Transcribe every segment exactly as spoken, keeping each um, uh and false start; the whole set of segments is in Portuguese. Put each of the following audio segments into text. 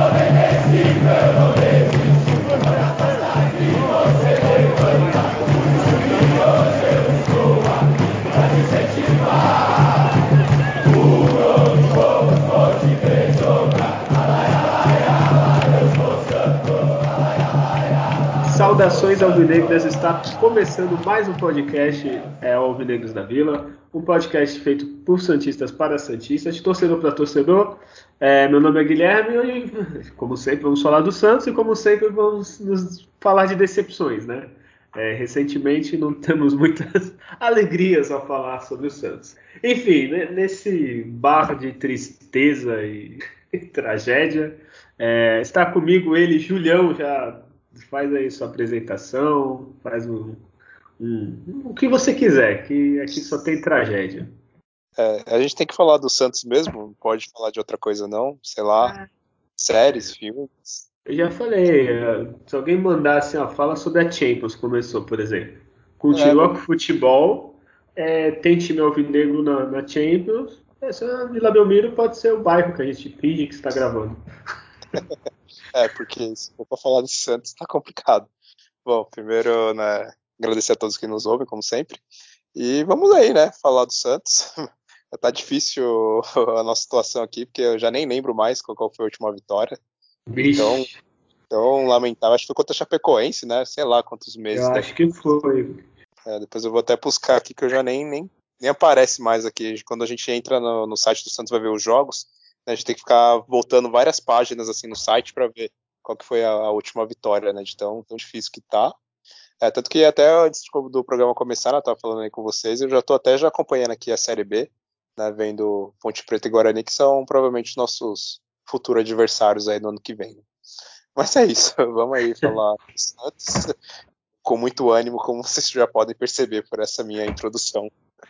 Saudações alvinegras, está começando mais um podcast é, Alvinegros da Vila, um podcast feito por santistas para santistas, de torcedor para torcedor. É, meu nome é Guilherme e, como sempre, vamos falar do Santos e, como sempre, vamos nos falar de decepções, né? É, recentemente não temos muitas alegrias a falar sobre o Santos. Enfim, né, nesse bar de tristeza e, e tragédia, é, está comigo ele, Julião, já. Faz aí sua apresentação, faz um, um, o que você quiser, que aqui só tem tragédia. É, a gente tem que falar do Santos mesmo, não pode falar de outra coisa não, sei lá, séries, filmes. Eu já falei, se alguém mandasse uma fala sobre a Champions, começou, por exemplo. É, Continua vamos... com o futebol, é, tem time alvinegro na, na Champions, essa Vila Belmiro pode ser o bairro que a gente finge que está gravando. é porque se for pra falar do Santos tá complicado. Bom, primeiro, né, agradecer a todos que nos ouvem, como sempre, e vamos aí, né, falar do Santos. Tá difícil a nossa situação aqui, porque eu já nem lembro mais qual, qual foi a última vitória. Então, Vixe, então, lamentável. Acho que foi contra a Chapecoense, né? Sei lá quantos meses eu deve. acho que foi. É, depois eu vou até buscar aqui, que eu já nem, nem, nem aparece mais aqui. Quando a gente entra no, no site do Santos vai ver os jogos, né, a gente tem que ficar voltando várias páginas assim no site para ver qual que foi a, a última vitória, né? De tão, tão difícil que tá. É, tanto que até antes do programa começar, né, eu tava falando aí com vocês, eu já tô até já acompanhando aqui a Série B, né, vendo Ponte Preta e Guarani, que são provavelmente nossos futuros adversários aí no ano que vem. Mas é isso, vamos aí falar do Santos com muito ânimo, como vocês já podem perceber por essa minha introdução.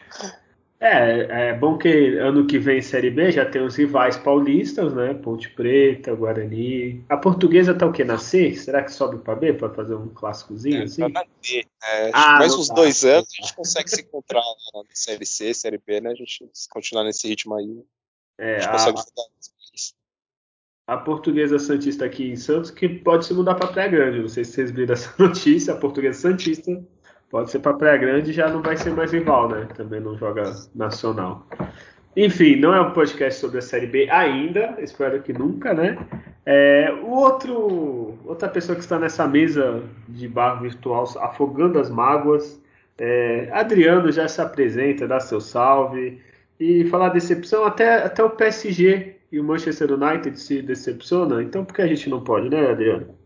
É, é bom que ano que vem Série B já tem os rivais paulistas, né? Ponte Preta, Guarani. A Portuguesa tá o quê? Na C? Será que sobe para B para fazer um clássicozinho É, tá assim? na D, né? Acho que Ah, mais não uns dá. dois anos a gente consegue se encontrar na Série C, Série B, né? A gente continuar nesse ritmo aí, a É, gente consegue a, jogar isso. a Portuguesa Santista aqui em Santos que pode se mudar para Praia Grande. Não sei se vocês viram essa notícia. A Portuguesa Santista pode ser para Praia Grande e já não vai ser mais rival, né? Também não joga nacional. Enfim, não é um podcast sobre a Série B ainda, espero que nunca, né? É, o outro, outra pessoa que está nessa mesa de bar virtual, afogando as mágoas, é, Adriano já se apresenta, dá seu salve e falar decepção, até, até o P S G e o Manchester United se decepciona, então por que a gente não pode, né, Adriano?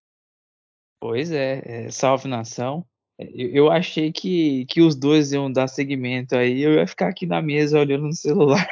Pois é, é, salve nação. É, Eu, eu achei que, que os dois iam dar seguimento aí, eu ia ficar aqui na mesa olhando no celular.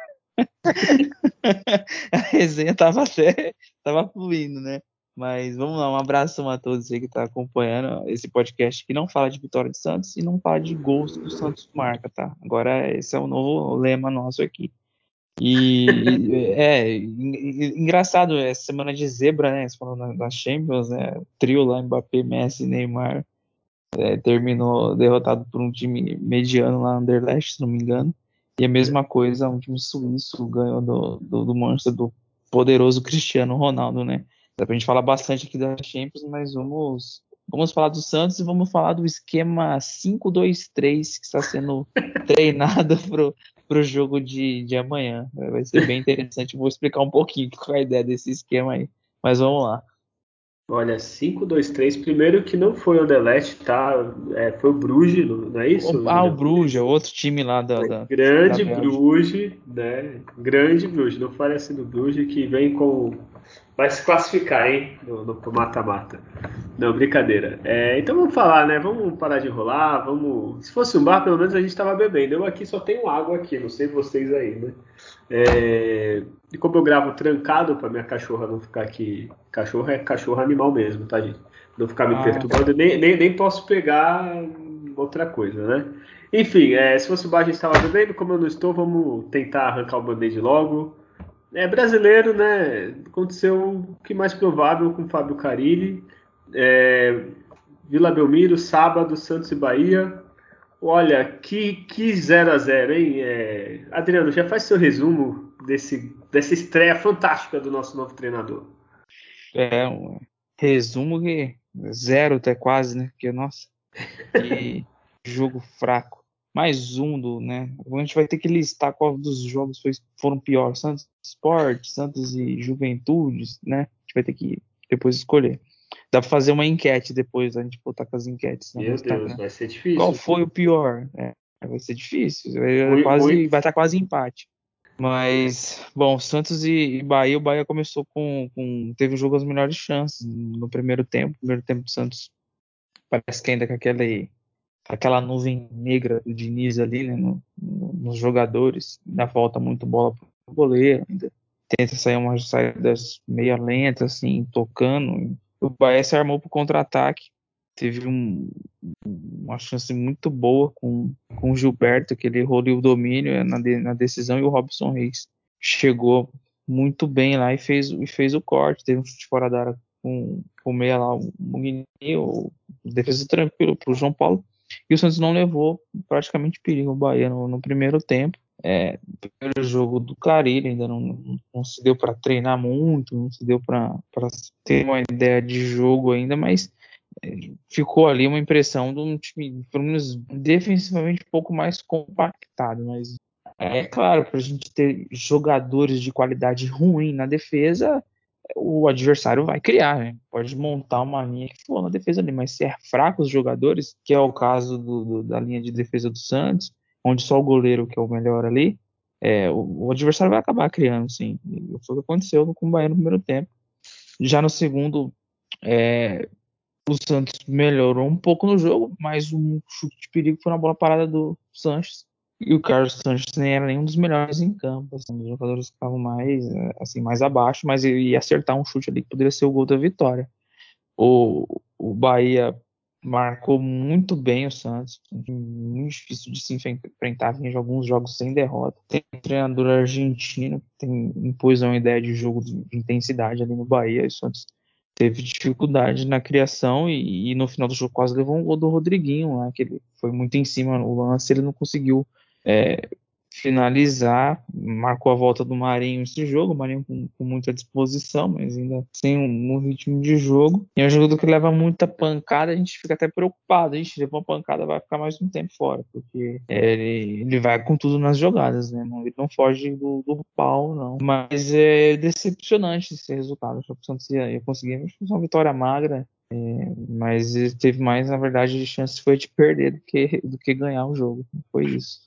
A resenha tava até tava fluindo, né? Mas vamos lá, um abração a todos aí que tá acompanhando esse podcast que não fala de Vitória de Santos e não fala de gols que o Santos marca, tá? Agora esse é o novo lema nosso aqui. E, e- é en- en- engraçado, é semana de zebra, né? Você falou na- da Champions, né? O trio lá, Mbappé, Messi, Neymar, é, terminou derrotado por um time mediano lá, Anderlecht, se não me engano. E a mesma coisa, um time suíço ganhou do, do, do Manchester, do poderoso Cristiano Ronaldo, né? Dá pra gente falar bastante aqui da Champions, mas vamos, vamos falar do Santos e vamos falar do esquema cinco dois três que está sendo treinado pro, pro jogo de, de amanhã. Vai ser bem interessante. Vou explicar um pouquinho qual é a ideia desse esquema aí. Mas vamos lá. Olha, cinco dois três, primeiro que não foi o Anderlecht, tá? É, foi o Bruges, não não é isso, Ah, o Julião? Bruges, outro time lá da, da, da Grande Bélgica. Bruges, né? Grande Bruges, não fale assim do Bruges que vem com. Vai se classificar, hein? No, no pro mata-mata. Não, brincadeira. É, então vamos falar, né? Vamos parar de enrolar, vamos. Se fosse um bar, pelo menos a gente tava bebendo. Eu aqui só tenho água aqui, não sei vocês aí, né? É, e como eu gravo trancado para minha cachorra não ficar aqui. Cachorro é cachorro animal mesmo, tá, gente? Não ficar me Ah, perturbando, nem, nem, nem posso pegar outra coisa, né? Enfim, é, se fosse o bar, a gente estava bebendo. Como eu não estou, vamos tentar arrancar o band-aid logo. É brasileiro, né? Aconteceu o que mais provável com o Fábio Carille. É, Vila Belmiro, sábado, Santos e Bahia. Olha, que, que zero a zero, hein? É, Adriano, já faz seu resumo desse, dessa estreia fantástica do nosso novo treinador. É um resumo que zero até quase, né? Porque, nossa, que jogo fraco. Mais um do, né? A gente vai ter que listar qual dos jogos foi, foram piores. Santos Sport, Santos e Juventudes, né? A gente vai ter que depois escolher. Dá pra fazer uma enquete depois, a gente botar com as enquetes, né, no Meu Deus, Instagram. vai ser Qual difícil. foi o pior? É, vai ser difícil. Vai, Muito, quase, muito. vai estar quase empate. Mas, bom, Santos e, e Bahia, o Bahia começou com, com. Teve o jogo as melhores chances no primeiro tempo. Primeiro tempo do Santos parece que ainda com aquele, aquela nuvem negra do Diniz ali, né, no, no, nos jogadores. Ainda falta muito bola pro goleiro. Ainda tenta sair umas saídas meia lentas, assim, tocando. O Bahia se armou pro contra-ataque. Teve um, uma chance muito boa com, com o Gilberto, que ele rodeou o domínio na, de, na decisão, e o Robson Reis chegou muito bem lá e fez, e fez o corte. Teve um chute fora da área com, com o meia lá, o Mugni, o defesa tranquilo para o João Paulo. E o Santos não levou praticamente perigo o Bahia no, no primeiro tempo. É, o primeiro jogo do Clarilho ainda não, não, não se deu para treinar muito, não se deu para ter uma ideia de jogo ainda, mas ficou ali uma impressão de um time, pelo menos defensivamente, um pouco mais compactado. Mas é claro, para a gente ter jogadores de qualidade ruim na defesa, o adversário vai criar, né? Pode montar uma linha que for na defesa ali, mas se é fraco os jogadores, que é o caso do, do, da linha de defesa do Santos, onde só o goleiro que é o melhor ali, é, o, o adversário vai acabar criando, sim. E foi o que aconteceu com o Bahia no primeiro tempo. Já no segundo, é, o Santos melhorou um pouco no jogo, mas um chute de perigo foi na bola parada do Sanches. E o Carlos Sanches nem era nenhum dos melhores em campo. Assim, os jogadores estavam mais, assim, mais abaixo, mas ele ia acertar um chute ali que poderia ser o gol da vitória. O, o Bahia marcou muito bem o Santos. Muito difícil de se enfrentar. Vinha de alguns jogos sem derrota. Tem um treinador argentino que tem, impôs uma ideia de jogo de intensidade ali no Bahia. E o Santos teve dificuldade na criação e, e no final do jogo quase levou um gol do Rodriguinho lá, que ele foi muito em cima no lance, ele não conseguiu é, finalizar, marcou a volta do Marinho nesse jogo, o Marinho com, com muita disposição, mas ainda sem um, um ritmo de jogo. E é um jogador que leva muita pancada, a gente fica até preocupado, a gente levou uma pancada, vai ficar mais um tempo fora, porque é, ele, ele vai com tudo nas jogadas, né? Não, ele não foge do, do pau, não. Mas é decepcionante esse resultado. Acho que o Santos ia, ia conseguir, acho que foi uma vitória magra, é, mas ele teve mais, na verdade, de chance foi de perder do que, do que ganhar o jogo. Foi isso.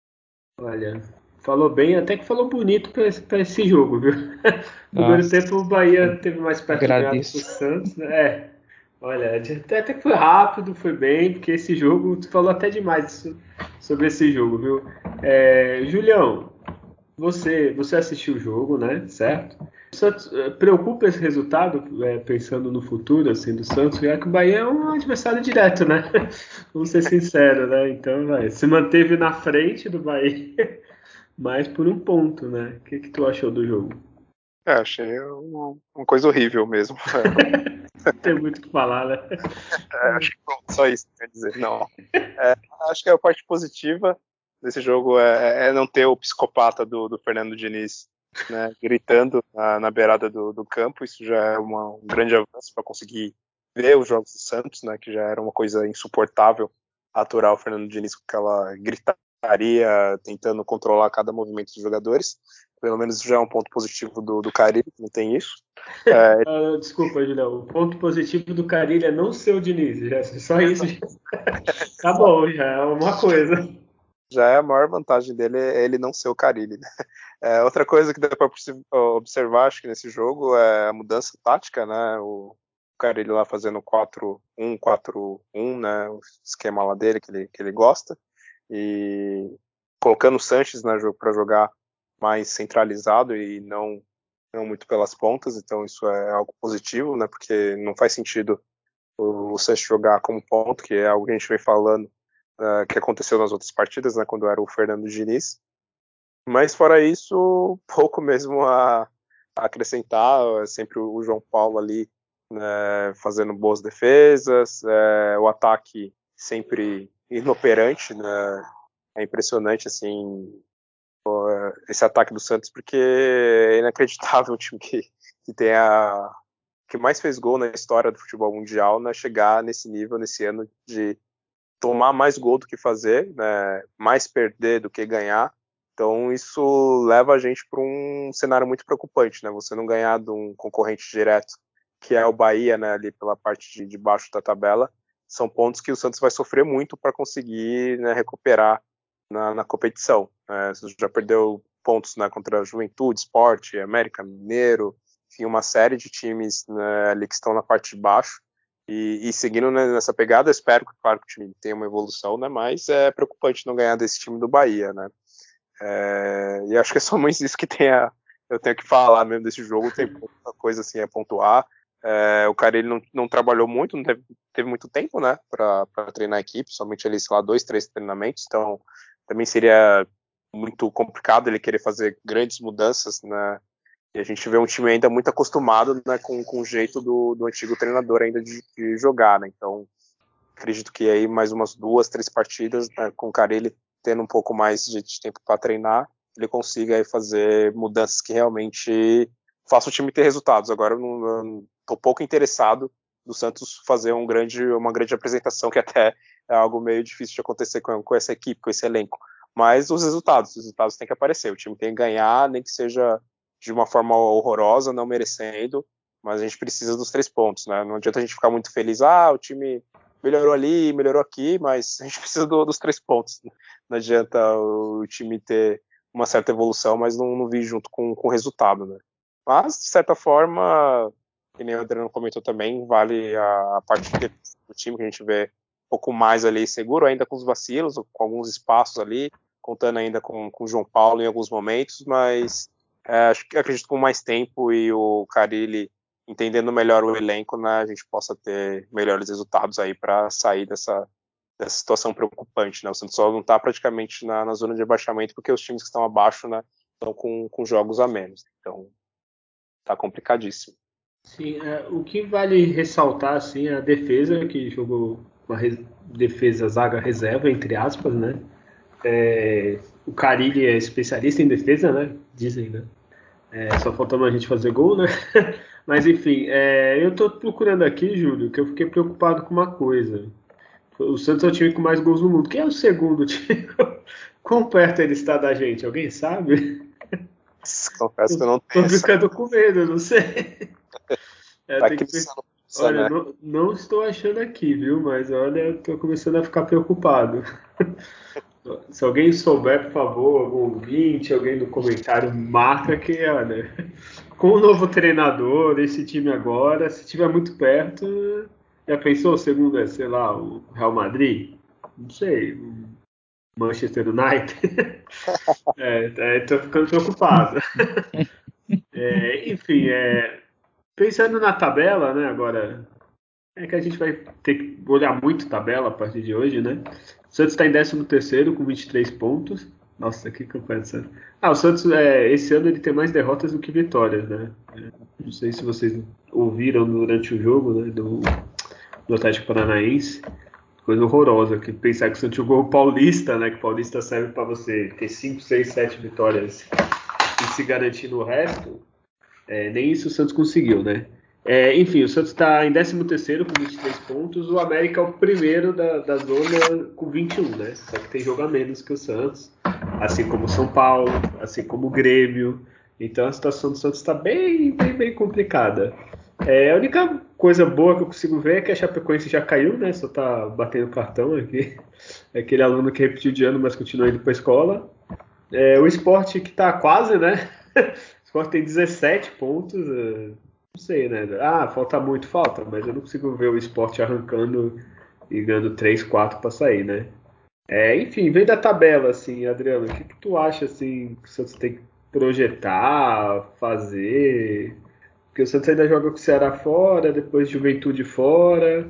Olha, falou bem, até que falou bonito para esse, pra esse jogo, viu? No primeiro Nossa, tempo o Bahia teve mais perto de ganhar do que o agradeço. Santos, né? É, olha, até, até que foi rápido, foi bem, porque esse jogo, tu falou até demais so- sobre esse jogo, viu? É, Julião, você, você assistiu o jogo, né? Certo? O Santos, eh, preocupa esse resultado, eh, pensando no futuro, assim, do Santos, já que o Bahia é um adversário direto, né? Vamos ser sinceros, né? Então, vai, se manteve na frente do Bahia, mas por um ponto, né? O que que tu achou do jogo? É, achei uma, uma coisa horrível mesmo. Não tem muito o que falar, né? É, acho que pronto, só isso que eu quero dizer. Não. É, acho que a parte positiva desse jogo é, é não ter o psicopata do, do Fernando Diniz, né, gritando na, na beirada do, do campo. Isso já é uma, um grande avanço para conseguir ver os jogos do Santos, né, que já era uma coisa insuportável aturar o Fernando Diniz com aquela gritaria, tentando controlar cada movimento dos jogadores. Pelo menos já é um ponto positivo do, do Carille, que não tem isso. É, Ah, desculpa, Julião. O ponto positivo do Carille é não ser o Diniz. Já, só isso já tá bom, já é uma coisa. já é a maior vantagem dele é ele não ser o Carille, né? É, outra coisa que dá para observar, acho que nesse jogo é a mudança tática, né? O Carille lá fazendo quatro um quatro um, né? O esquema lá dele que ele, que ele gosta, e colocando o Sanches, né, para jogar mais centralizado e não não muito pelas pontas. Então isso é algo positivo, né? Porque não faz sentido o, o Sanches jogar como ponto, que é algo que a gente vem falando, uh, que aconteceu nas outras partidas, né? Quando era o Fernando Diniz. Mas fora isso, pouco mesmo a, a acrescentar. É sempre o João Paulo ali, né, fazendo boas defesas, é, o ataque sempre inoperante, né? É impressionante assim esse ataque do Santos, porque é inacreditável um time que, que tem a, que mais fez gol na história do futebol mundial, né, chegar nesse nível, nesse ano, de tomar mais gol do que fazer, né, mais perder do que ganhar. Então isso leva a gente para um cenário muito preocupante, né? Você não ganhar de um concorrente direto, que é o Bahia, né, ali pela parte de, de baixo da tabela, são pontos que o Santos vai sofrer muito para conseguir, né, recuperar na, na competição. É, você já perdeu pontos, né, contra a Juventude, Sport, América Mineiro, enfim, uma série de times, né, ali que estão na parte de baixo. E, e seguindo, né, nessa pegada, espero que, claro, que o time tenha uma evolução, né, mas é preocupante não ganhar desse time do Bahia, né. É, e acho que é só mais isso que tem a, eu tenho que falar mesmo desse jogo, tem pouca coisa assim a pontuar. É, o cara ele não, não trabalhou muito, não teve, teve muito tempo, né, para treinar a equipe, somente ali, sei lá, dois, três treinamentos, então também seria muito complicado ele querer fazer grandes mudanças, né, e a gente vê um time ainda muito acostumado, né, com, com o jeito do, do antigo treinador ainda de, de jogar, né, então acredito que aí mais umas duas, três partidas, né, com o cara ele tendo um pouco mais de, de tempo para treinar, ele consiga aí fazer mudanças que realmente façam o time ter resultados. Agora eu não, eu tô pouco interessado do Santos fazer um grande, uma grande apresentação, que até é algo meio difícil de acontecer com, com essa equipe, com esse elenco. Mas os resultados, os resultados têm que aparecer. O time tem que ganhar, nem que seja de uma forma horrorosa, não merecendo, mas a gente precisa dos três pontos, né? Não adianta a gente ficar muito feliz, ah, o time melhorou ali, melhorou aqui, mas a gente precisa do, dos três pontos. Não adianta o time ter uma certa evolução, mas não, não vir junto com, com o resultado, né? Mas, de certa forma, que nem o Adriano comentou também, vale a, a parte do time, que a gente vê um pouco mais ali seguro, ainda com os vacilos, com alguns espaços ali, contando ainda com, com o João Paulo em alguns momentos, mas é, acho que acredito que com mais tempo e o Carille entendendo melhor o elenco, né, a gente possa ter melhores resultados aí para sair dessa, dessa situação preocupante, né? O Santos só não está praticamente na, na zona de abaixamento porque os times que estão abaixo, né, estão com, com jogos a menos. Então, tá complicadíssimo. Sim, é, o que vale ressaltar assim, é a defesa, que jogou uma res- defesa zaga reserva, entre aspas, né? É, o Carille é especialista em defesa, né? Dizem, né? É, só faltando a gente fazer gol, né? Mas enfim, é, eu tô procurando aqui, Júlio, que eu fiquei preocupado com uma coisa. O Santos é o time com mais gols no mundo. Quem é o segundo time? Quão perto ele está da gente? Alguém sabe? Confesso que eu Eu não tô tenho essa. ficando com medo, não sei. É, Vai tem que per- crescendo essa, Olha, né? não, não estou achando aqui, viu? Mas olha, eu tô começando a ficar preocupado. Se alguém souber, por favor, algum ouvinte, alguém no comentário, marca que, olha, com o novo treinador, esse time agora, se estiver muito perto, já pensou? O segundo é, sei lá, o Real Madrid? Não sei, o Manchester United? É, é, tô ficando preocupado. É, enfim, é, pensando na tabela, né, agora, é que a gente vai ter que olhar muito tabela a partir de hoje, né? O Santos está em décimo terceiro com vinte e três pontos. Nossa, que campanha do Santos. Ah, o Santos, é, esse ano ele tem mais derrotas do que vitórias, né? É, não sei se vocês ouviram durante o jogo, né, do, do Atlético Paranaense. Coisa horrorosa, que pensar que o Santos jogou o Paulista, né? Que o Paulista serve para você ter cinco, seis, sete vitórias e se garantir no resto. É, nem isso o Santos conseguiu, né? É, enfim, o Santos está em décimo terceiro com vinte e três pontos. O América é o primeiro da, da zona com vinte e um, né? Só que tem jogo a menos que o Santos. Assim como o São Paulo, assim como o Grêmio. Então a situação do Santos está bem, bem, bem complicada. É, a única coisa boa que eu consigo ver é que a Chapecoense já caiu, né? Só tá batendo cartão aqui. É aquele aluno que repetiu de ano, mas continua indo para a escola. É, o Sport que tá quase, né? O Sport tem dezessete pontos. é, Não sei, né? Ah, falta muito, falta, mas eu não consigo ver o Sport arrancando e ganhando três, quatro para sair, né? É, enfim, vem da tabela, assim, Adriano. O que, que tu acha, assim, que o Santos tem que projetar, fazer? Porque o Santos ainda joga com o Ceará fora, depois Juventude fora.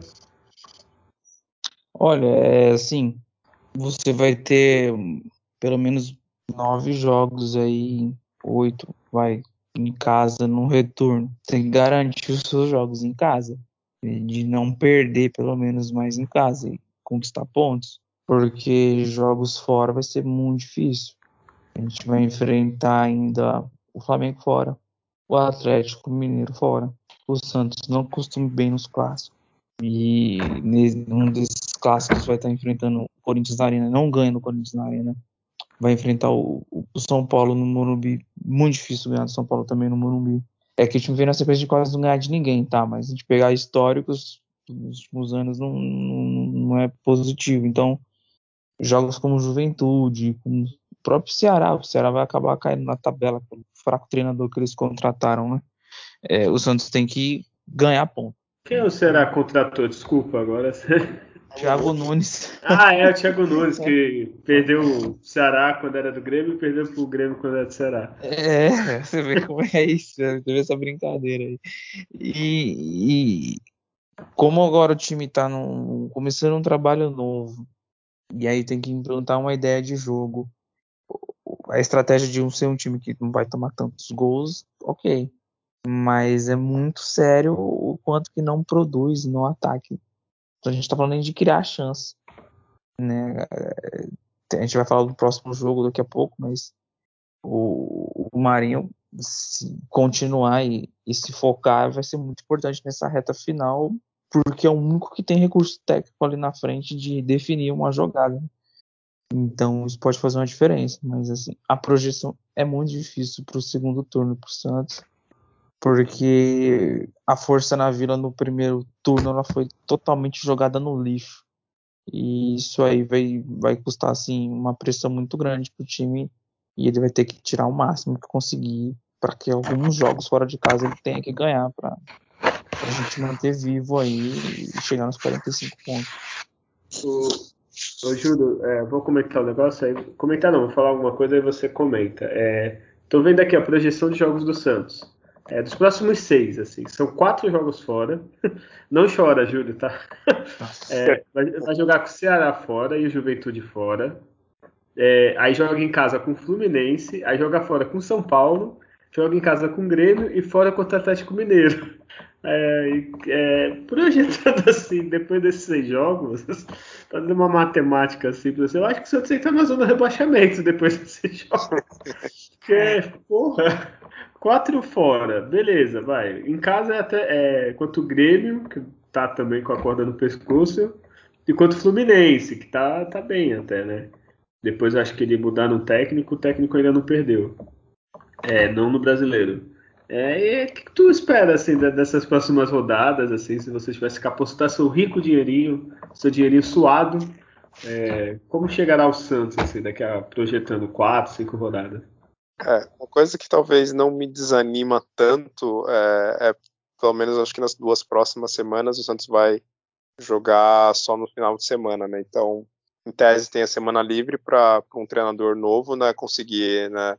Olha, é assim, você vai ter hum, pelo menos nove jogos aí, oito, vai, em casa, no retorno. Tem que garantir os seus jogos em casa, e de não perder pelo menos mais em casa e conquistar pontos, porque jogos fora vai ser muito difícil. A gente vai enfrentar ainda o Flamengo fora, o Atlético Mineiro fora, o Santos não costuma ir bem nos clássicos. E num desses clássicos vai estar enfrentando o Corinthians na Arena. Não ganha no Corinthians na Arena. Vai enfrentar o, o São Paulo no Morumbi. Muito difícil ganhar do São Paulo também no Morumbi. É que o time vem na sequência de quase não ganhar de ninguém, tá? Mas se a gente pegar históricos nos últimos anos não, não, não é positivo. Então, jogos como Juventude, como o próprio Ceará, o Ceará vai acabar caindo na tabela pelo fraco treinador que eles contrataram, né? É, o Santos tem que ganhar ponto. Quem o Ceará contratou? Desculpa, agora. Thiago Nunes. Ah, é o Thiago Nunes, que perdeu o Ceará quando era do Grêmio e perdeu pro Grêmio quando era do Ceará. É, você vê como é isso, né? Você vê essa brincadeira aí. E, e como agora o time tá num, começando um trabalho novo, e aí tem que implantar uma ideia de jogo, a estratégia de um ser um time que não vai tomar tantos gols, ok. Mas é muito sério o quanto que não produz no ataque. Então a gente tá falando nem de criar chance, né? A gente vai falar do próximo jogo daqui a pouco, mas o, o Marinho, se continuar e, e se focar, vai ser muito importante nessa reta final, porque é o único que tem recurso técnico ali na frente de definir uma jogada. Então isso pode fazer uma diferença, mas assim, a projeção é muito difícil para o segundo turno para o Santos, porque a força na Vila no primeiro turno ela foi totalmente jogada no lixo, e isso aí vai, vai custar assim, uma pressão muito grande para o time, e ele vai ter que tirar o máximo que conseguir para que alguns jogos fora de casa ele tenha que ganhar para a gente manter vivo aí e chegar nos quarenta e cinco pontos. O, ô, Júlio, é, vou comentar um negócio aí. Comentar não, vou falar alguma coisa aí você comenta. É, tô vendo aqui a projeção de jogos do Santos. É, dos próximos seis, assim, são quatro jogos fora. Não chora, Júlio, tá? É, vai, vai jogar com o Ceará fora e o Juventude fora. É, aí joga em casa com o Fluminense, aí joga fora com o São Paulo, joga em casa com o Grêmio e fora contra o Atlético Mineiro. É, é, projetando assim, depois desses seis jogos, fazendo uma matemática simples assim, eu acho que o Santos entra na zona de rebaixamento depois desses jogos. Porque, porra, quatro fora, beleza, vai. Em casa é até é, quanto o Grêmio, que tá também com a corda no pescoço, e quanto o Fluminense, que tá, tá bem até, né? Depois eu acho que ele mudar no técnico, o técnico ainda não perdeu. É, não no brasileiro. É, e o que, que tu espera assim dessas próximas rodadas, assim, se você tivesse que apostar seu rico dinheirinho, seu dinheirinho suado, é, como chegará o Santos assim, daqui a projetando quatro, cinco rodadas? É, uma coisa que talvez não me desanima tanto é, é, pelo menos acho que nas duas próximas semanas o Santos vai jogar só no final de semana, né? Então, em tese tem a semana livre para um treinador novo, né, conseguir, né,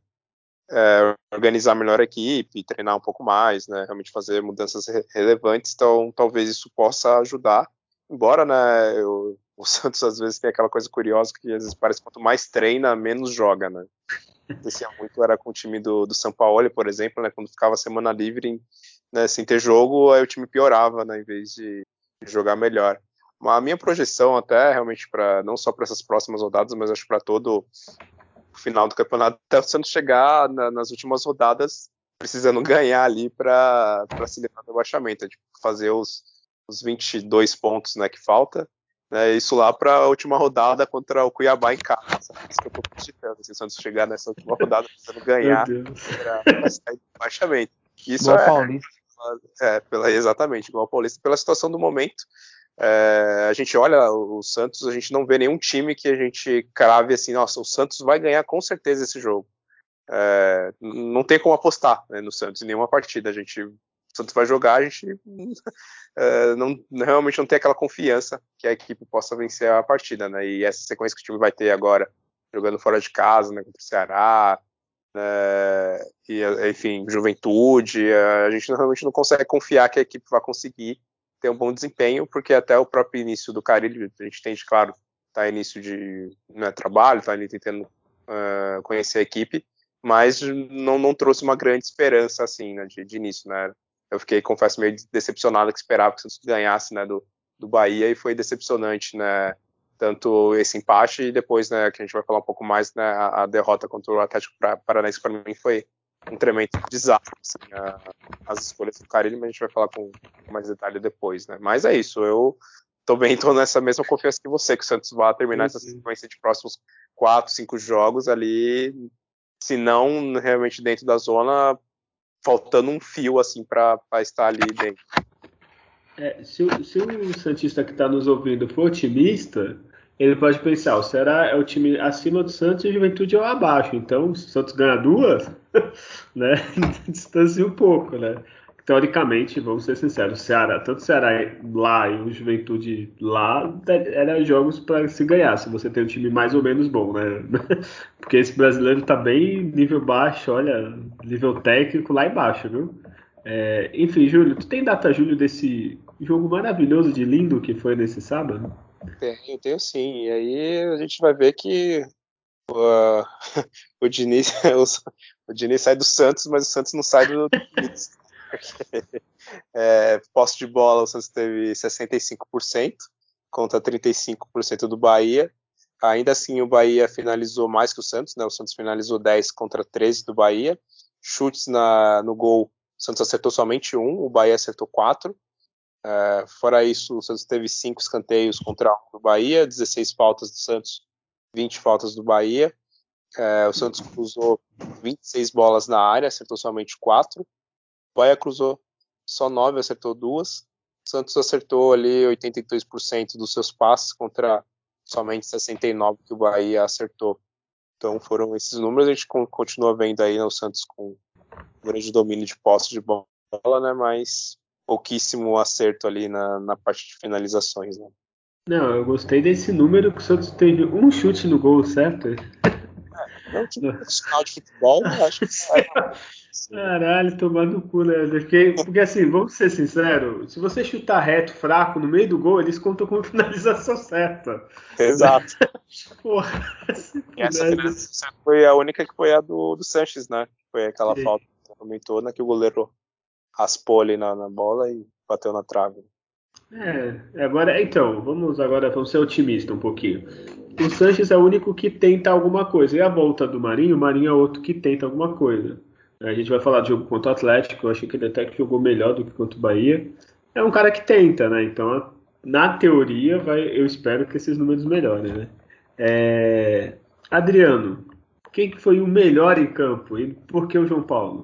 é, organizar melhor a equipe, treinar um pouco mais, né, realmente fazer mudanças re relevantes. Então, talvez isso possa ajudar. Embora, né, eu, o Santos às vezes tem aquela coisa curiosa que às vezes parece que quanto mais treina, menos joga, né? Acontecia muito era com o time do, do São Paulo, por exemplo, né, quando ficava semana livre, né, sem ter jogo, aí o time piorava, né, em vez de, de jogar melhor. Mas a minha projeção até, realmente, para não só para essas próximas rodadas, mas acho para todo o final do campeonato, até o Santos chegar na, nas últimas rodadas precisando ganhar ali para se livrar do rebaixamento, é, tipo, fazer os, os vinte e dois pontos, né, que falta, né, isso lá para a última rodada contra o Cuiabá em casa. É isso que eu estou acreditando, assim, o Santos chegar nessa última rodada precisando ganhar para sair do rebaixamento. Isso Igual é, Paulista. é pela, exatamente, igual o Paulista, pela situação do momento. É, a gente olha o Santos, a gente não vê nenhum time que a gente crave assim, nossa, o Santos vai ganhar com certeza esse jogo. É, não tem como apostar, né, no Santos em nenhuma partida. A gente, o Santos vai jogar, a gente é, não, realmente não tem aquela confiança que a equipe possa vencer a partida, né? E essa sequência que o time vai ter agora, jogando fora de casa, né, contra o Ceará, é, e, enfim, Juventude, a gente realmente não consegue confiar que a equipe vai conseguir ter um bom desempenho, porque até o próprio início do Carille, a gente entende, claro, tá início de né, trabalho, tá ali tentando uh, conhecer a equipe, mas não, não trouxe uma grande esperança, assim, né, de, de início, né. Eu fiquei, confesso, meio decepcionado, que esperava que o Santos ganhasse, né, do, do Bahia, e foi decepcionante, né, tanto esse empate e depois, né, que a gente vai falar um pouco mais, né, a, a derrota contra o Atlético Paranaense, para mim, foi, um tremendo desastre, assim, a, as escolhas do Carille, mas a gente vai falar com, com mais detalhe depois, né? Mas é isso, eu também tô nessa mesma confiança que você, que o Santos vai terminar essa sequência de próximos quatro, cinco jogos ali, se não realmente dentro da zona, faltando um fio, assim, para estar ali dentro. É, se, o, se o Santista que está nos ouvindo for otimista, ele pode pensar, o Ceará é o time acima do Santos e o Juventude é o abaixo. Então, se o Santos ganha duas, né, distancia um pouco, né? Teoricamente, vamos ser sinceros, o Ceará, tanto o Ceará lá e o Juventude lá, eram jogos para se ganhar, se você tem um time mais ou menos bom, né? Porque esse brasileiro tá bem nível baixo, olha, nível técnico lá embaixo, viu? É, enfim, Júlio, tu tem data, Júlio, desse jogo maravilhoso de lindo que foi nesse sábado? Tenho, tenho sim. E aí a gente vai ver que uh, o, Diniz, o, o Diniz sai do Santos, mas o Santos não sai do Diniz. É, posse de bola, o Santos teve sessenta e cinco por cento contra trinta e cinco por cento do Bahia. Ainda assim, o Bahia finalizou mais que o Santos, né? O Santos finalizou dez contra treze do Bahia. Chutes na, no gol, o Santos acertou somente um, o Bahia acertou quatro. É, fora isso, o Santos teve cinco escanteios contra um do Bahia, dezesseis faltas do Santos, vinte faltas do Bahia. É, o Santos cruzou vinte e seis bolas na área, acertou somente quatro. O Bahia cruzou só nove, acertou duas. O Santos acertou ali oitenta e dois por cento dos seus passes contra somente sessenta e nove por cento que o Bahia acertou. Então foram esses números, a gente continua vendo aí, né, o Santos com um grande domínio de posse de bola, né, mas pouquíssimo acerto ali na, na parte de finalizações, né. Não, eu gostei desse número que o Santos teve um chute no gol, certo? Não, time profissional de futebol, eu acho que é. Caralho, tomar no cu, né? Porque, porque assim, vamos ser sinceros, se você chutar reto, fraco, no meio do gol, eles contam como finalização certa. Exato. Porra, E essa finalização foi a única que foi a do, do Sanches, né? Foi aquela Sim. falta que você comentou, né? Que o goleiro raspou ali na, na bola e bateu na trave. É, agora, então, vamos agora, vamos ser otimistas um pouquinho. O Sanches é o único que tenta alguma coisa. E a volta do Marinho, o Marinho é outro que tenta alguma coisa. A gente vai falar de jogo contra o Atlético, eu achei que ele até que jogou melhor do que contra o Bahia. É um cara que tenta, né? Então, na teoria, vai, eu espero que esses números melhorem, né? É, Adriano, quem que foi o melhor em campo? E por que o João Paulo?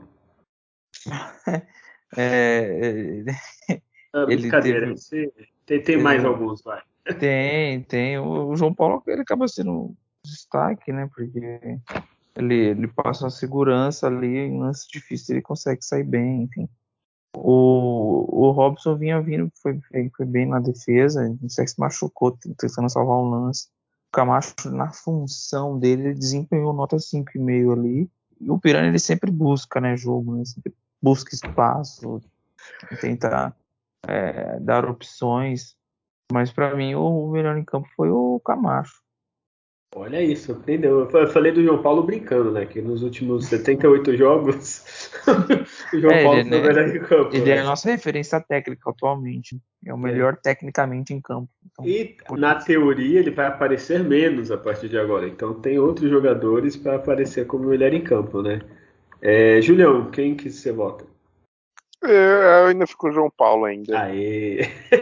É, Ah, ele brincadeira, teve. esse- tem, tem mais alguns, vai. Tem, tem. O João Paulo ele acaba sendo um destaque, né? Porque ele, ele passa uma segurança ali, em lance difícil ele consegue sair bem, enfim. O, o Robson vinha vindo, foi, foi bem na defesa, não sei se machucou, tentando salvar um lance. O Camacho, na função dele, ele desempenhou nota cinco e meio ali. E o Pirani, ele sempre busca, né, jogo, né? Sempre busca espaço, tenta é, dar opções. Mas para mim, o melhor em campo foi o Camacho. Olha isso, surpreendeu. Eu falei do João Paulo brincando, né? Que nos últimos setenta e oito jogos, o João É, Paulo ele, foi o né, melhor em campo, ele é né? a nossa referência técnica atualmente. É o É. melhor tecnicamente em campo. Então, E por na isso. teoria ele vai aparecer menos a partir de agora. Então tem outros jogadores para aparecer como melhor em campo, né? É, Julião, quem que você vota? Eu ainda fico com o João Paulo ainda. Aê!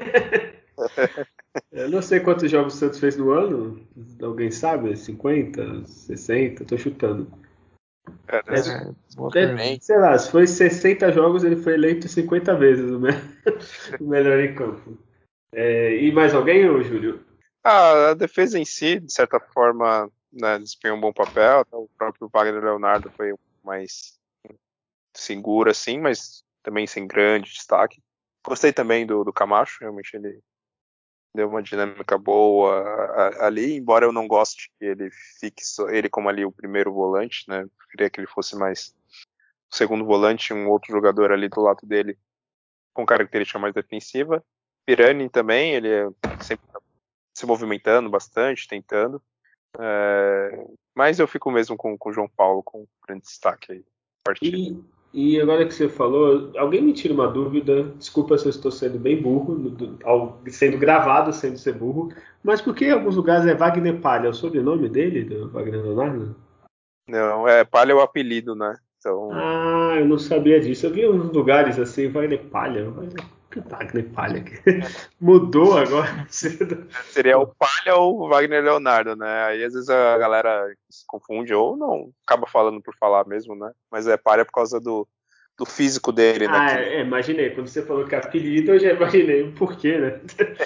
Eu não sei quantos jogos o Santos fez no ano. Alguém sabe? cinquenta, sessenta? Tô chutando. É, deve É, É, boa é, pergunta. sei lá, se foi sessenta jogos, ele foi eleito cinquenta vezes o, me- o melhor em campo. É, e mais alguém, ô Júlio? Ah, a defesa em si, de certa forma, né, desempenhou um bom papel. Até o próprio Wagner Leonardo foi mais seguro, assim, mas também sem grande destaque. Gostei também do, do Camacho, realmente ele deu uma dinâmica boa a- ali, embora eu não goste que ele fique só, ele como ali o primeiro volante, né? Eu queria que ele fosse mais o segundo volante, um outro jogador ali do lado dele com característica mais defensiva. Pirani também, ele é sempre se movimentando bastante, tentando. É, mas eu fico mesmo com, com o João Paulo com grande destaque aí. Partida. E, e agora que você falou, alguém me tira uma dúvida, desculpa se eu estou sendo bem burro, no- do- ao- sendo gravado sendo ser burro, mas por que em alguns lugares é Wagner Palha? É o sobrenome dele, do Wagner Leonardo? Não, é Palha é o apelido, né? Então, Ah, eu não sabia disso. Eu vi uns lugares assim, Wagner Palha. Que Wagner Palha aqui. Mudou agora. Seria o Palha ou o Wagner Leonardo, né? Aí às vezes a galera se confunde ou não acaba falando por falar mesmo, né? Mas é Palha por causa do, do físico dele, né? Ah, Que... é, imaginei. Quando você falou que é apelido, eu já imaginei o porquê, né?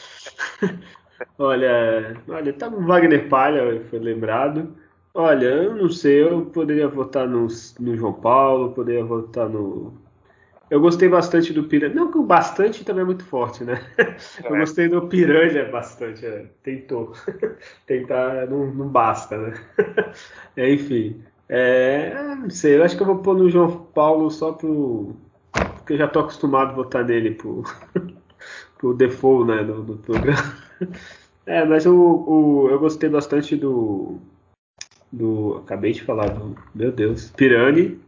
Olha, olha, tá o Wagner Palha, foi lembrado. Olha, eu não sei, eu poderia votar no, no João Paulo, poderia votar no. Eu gostei bastante do Piranha. Não, que o bastante também é muito forte, né? Eu É, gostei do Piranha bastante, é. Tentou. Tentar não, não basta, né? É, enfim. É, não sei, eu acho que eu vou pôr no João Paulo só pro. Porque eu já tô acostumado a votar nele pro, pro default, né? Do, do programa. É, mas o, o, eu gostei bastante do, do. Acabei de falar do. Meu Deus. Pirani.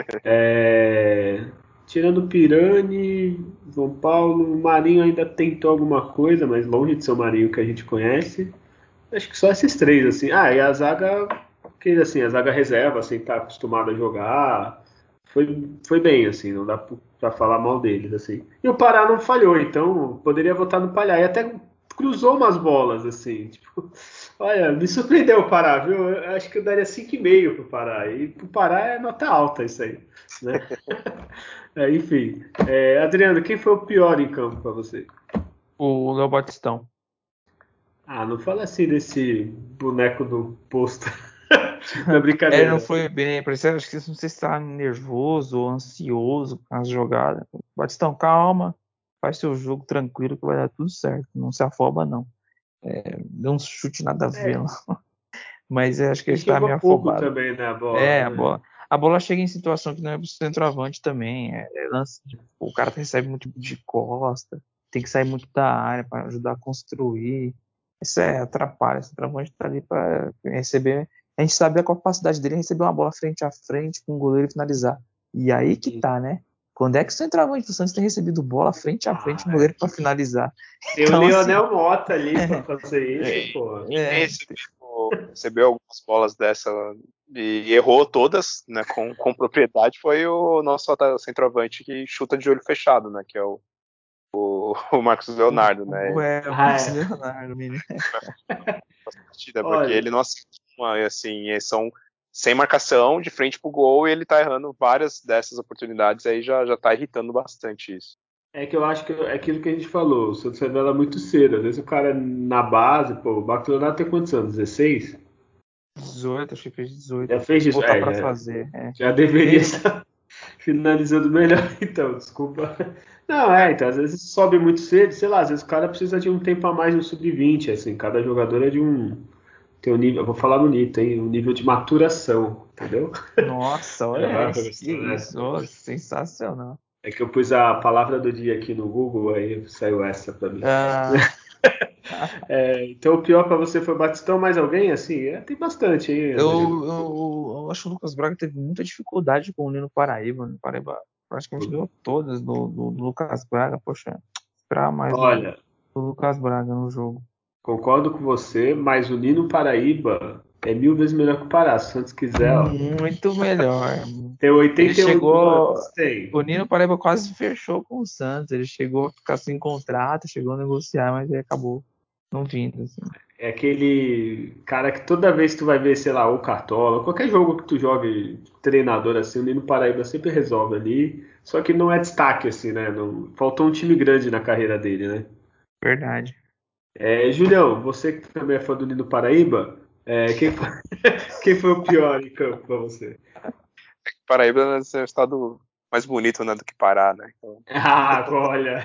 É, tirando Pirani, João Paulo, o Marinho ainda tentou alguma coisa, mas longe de ser o Marinho que a gente conhece. Acho que só esses três, assim. Ah, e a zaga, que assim, a zaga reserva, assim, tá acostumada a jogar. Foi, foi bem, assim, não dá pra pra falar mal deles, assim. E o Pará não falhou, então poderia votar no Palha. E até cruzou umas bolas, assim. Tipo, olha, me surpreendeu o Pará, viu? Eu acho que eu daria cinco e meio pro Pará. E pro Pará é nota alta isso aí, né? É, enfim. É, Adriano, quem foi o pior em campo pra você? O Léo Batistão. Ah, não fala assim desse boneco do posto. Da É, ele não brincadeira. foi bem, parecia, acho que não sei se estava nervoso ou ansioso com as jogadas. Batistão, calma, faz seu jogo tranquilo que vai dar tudo certo, não se afoba não. É, deu um chute nada a ver É, lá, mas é, acho que e ele estava chegou meio pouco afobado. também na bola, É, a né? bola, a bola chega em situação que não é pro centroavante também. É, é lance, de- o cara recebe muito de costa, tem que sair muito da área para ajudar a construir. Isso é atrapalha. O centroavante tá ali para receber. A gente sabe a capacidade dele em receber uma bola frente a frente com o goleiro e finalizar. E aí que E- tá, né? Quando é que o centroavante do Santos tem recebido bola frente a frente Ah, com o é. goleiro para finalizar? Tem o Então, assim, Leonel Mota ali pra fazer é, isso, pô. é, recebeu, recebeu algumas bolas dessa e errou todas, né, com, com propriedade, foi o nosso centroavante que chuta de olho fechado, né, que é o, o, o Marcos o, Leonardo, o, né, é, o Ah, Marcos é. Leonardo, menino. partida, porque Olha, ele não aceita uma, assim, são sem marcação, de frente pro gol, e ele tá errando várias dessas oportunidades, aí já, já tá irritando bastante isso. é que eu acho que é aquilo que a gente falou, o Santos revela muito cedo. Às vezes o cara na base, pô, o Marcos Leonardo tem quantos anos? dezesseis? dezoito, acho que fez dezoito. Já fez isso? Voltar É, para já, fazer. É. já deveria Ele, estar finalizando melhor, então, desculpa. Não, é, então, às vezes sobe muito cedo, sei lá, às vezes o cara precisa de um tempo a mais no sub vinte, assim, cada jogador é de um, tem um nível, eu vou falar bonito, hein, um nível de maturação, entendeu? nossa, olha Ah, isso, que gostou, né? isso, ó, sensacional. É que eu pus a palavra do dia aqui no Google, aí saiu essa pra mim. Ah, É, então o pior pra você foi Batistão, mais alguém, assim? É, tem bastante, hein, eu, Adriano? eu, eu acho que o Lucas Braga teve muita dificuldade com o Nino Paraíba. O Paraíba praticamente ganhou todas do, do, do Lucas Braga. Poxa, esperar mais do, Olha, do Lucas Braga no jogo. concordo com você, mas o Nino Paraíba é mil vezes melhor que o Pará. Se o Santos quiser, ó. Muito melhor. Tem Ele oitenta e um chegou. anos? Tem. O Nino Paraíba quase fechou com o Santos. Ele chegou a ficar sem contrato, chegou a negociar, mas aí acabou não vindo. Assim. É aquele cara que toda vez que tu vai ver, sei lá, o Cartola, qualquer jogo que tu jogue treinador assim, o Nino Paraíba sempre resolve ali. Só que não é destaque, assim, né? Não, faltou um time grande na carreira dele, né? Verdade. É, Julião, você que também é fã do Nino Paraíba, é, quem foi, quem foi o pior em campo pra você? Paraíba é um estado mais bonito, né, do que Pará, né? Então, Ah, olha,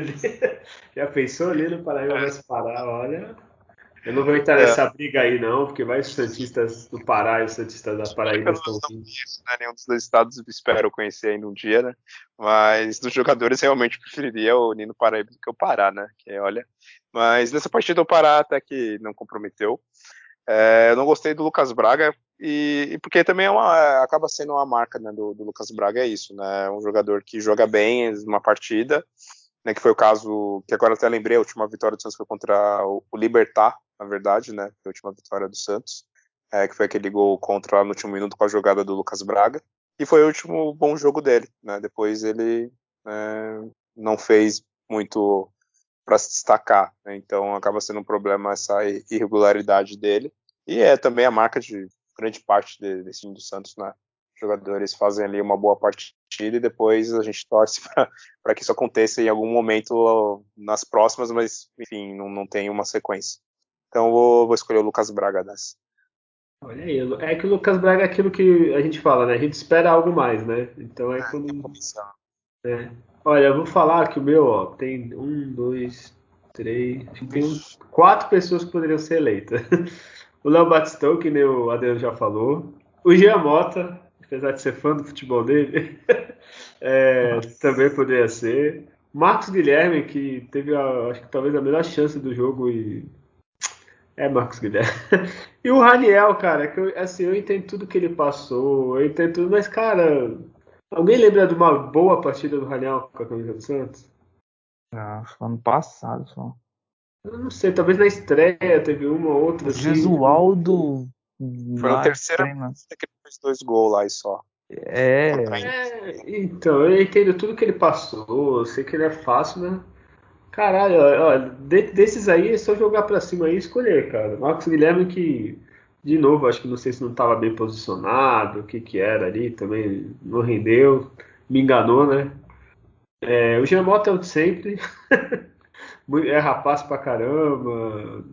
já pensou ali no Paraíba vai se parar, olha. Eu não vou entrar é, nessa briga aí não, porque vai os Santistas do Pará e os Santistas da acho que eu Paraíba não, estão não vindo. conheço, né, nenhum dos dois estados, espero conhecer ainda um dia, né? Mas dos jogadores realmente preferiria o Nino Paraíba do que o Pará, né? Que olha, mas nessa partida o Pará até que não comprometeu. É, eu não gostei do Lucas Braga e, e porque também é uma, acaba sendo uma marca, né, do, do Lucas Braga é isso, né? Um jogador que joga bem numa partida, né? Que foi o caso que agora até lembrei, a última vitória do Santos foi contra o, o Libertad, na verdade, né? Foi a última vitória do Santos, é, que foi aquele gol contra lá no último minuto com a jogada do Lucas Braga. e foi o último bom jogo dele, né? Depois ele é, não fez muito para se destacar, né? Então acaba sendo um problema essa irregularidade dele, e é também a marca de grande parte de, desse time do Santos, né? Os jogadores fazem ali uma boa partida e depois a gente torce para que isso aconteça em algum momento nas próximas, mas enfim, não, não tem uma sequência. Então vou, vou escolher o Lucas Braga dessa. Olha aí, é que o Lucas Braga é aquilo que a gente fala, né? A gente espera algo mais, né? Então é quando. É. Olha, eu vou falar que o meu, ó, tem um, dois, três. Acho que tem um- quatro pessoas que poderiam ser eleitas. O Léo Batistão, que nem o Adriano já falou. O Jean Mota, apesar de ser fã do futebol dele, é, também poderia ser. Marcos Guilherme, que teve, a, acho que talvez a melhor chance do jogo e é, Marcos Guilherme. E o Raniel, cara, que eu, assim, eu entendo tudo que ele passou, eu entendo tudo, mas, cara, alguém lembra de uma boa partida do Raniel com a camisa do Santos? Ah, foi ano passado só. Eu não sei, talvez na estreia teve uma ou outra, O assim. Gesualdo Foi na lá de terceira treino. que ele fez dois gols lá e só. É, É, então, eu entendo tudo que ele passou, eu sei que ele é fácil, né? Caralho, olha, desses aí é só jogar pra cima aí e escolher, cara. Marcos Guilherme que, de novo, acho que não sei se não estava bem posicionado, o que que era ali, também não rendeu, me enganou, né? É, o Giamota é o de sempre, é rapaz pra caramba,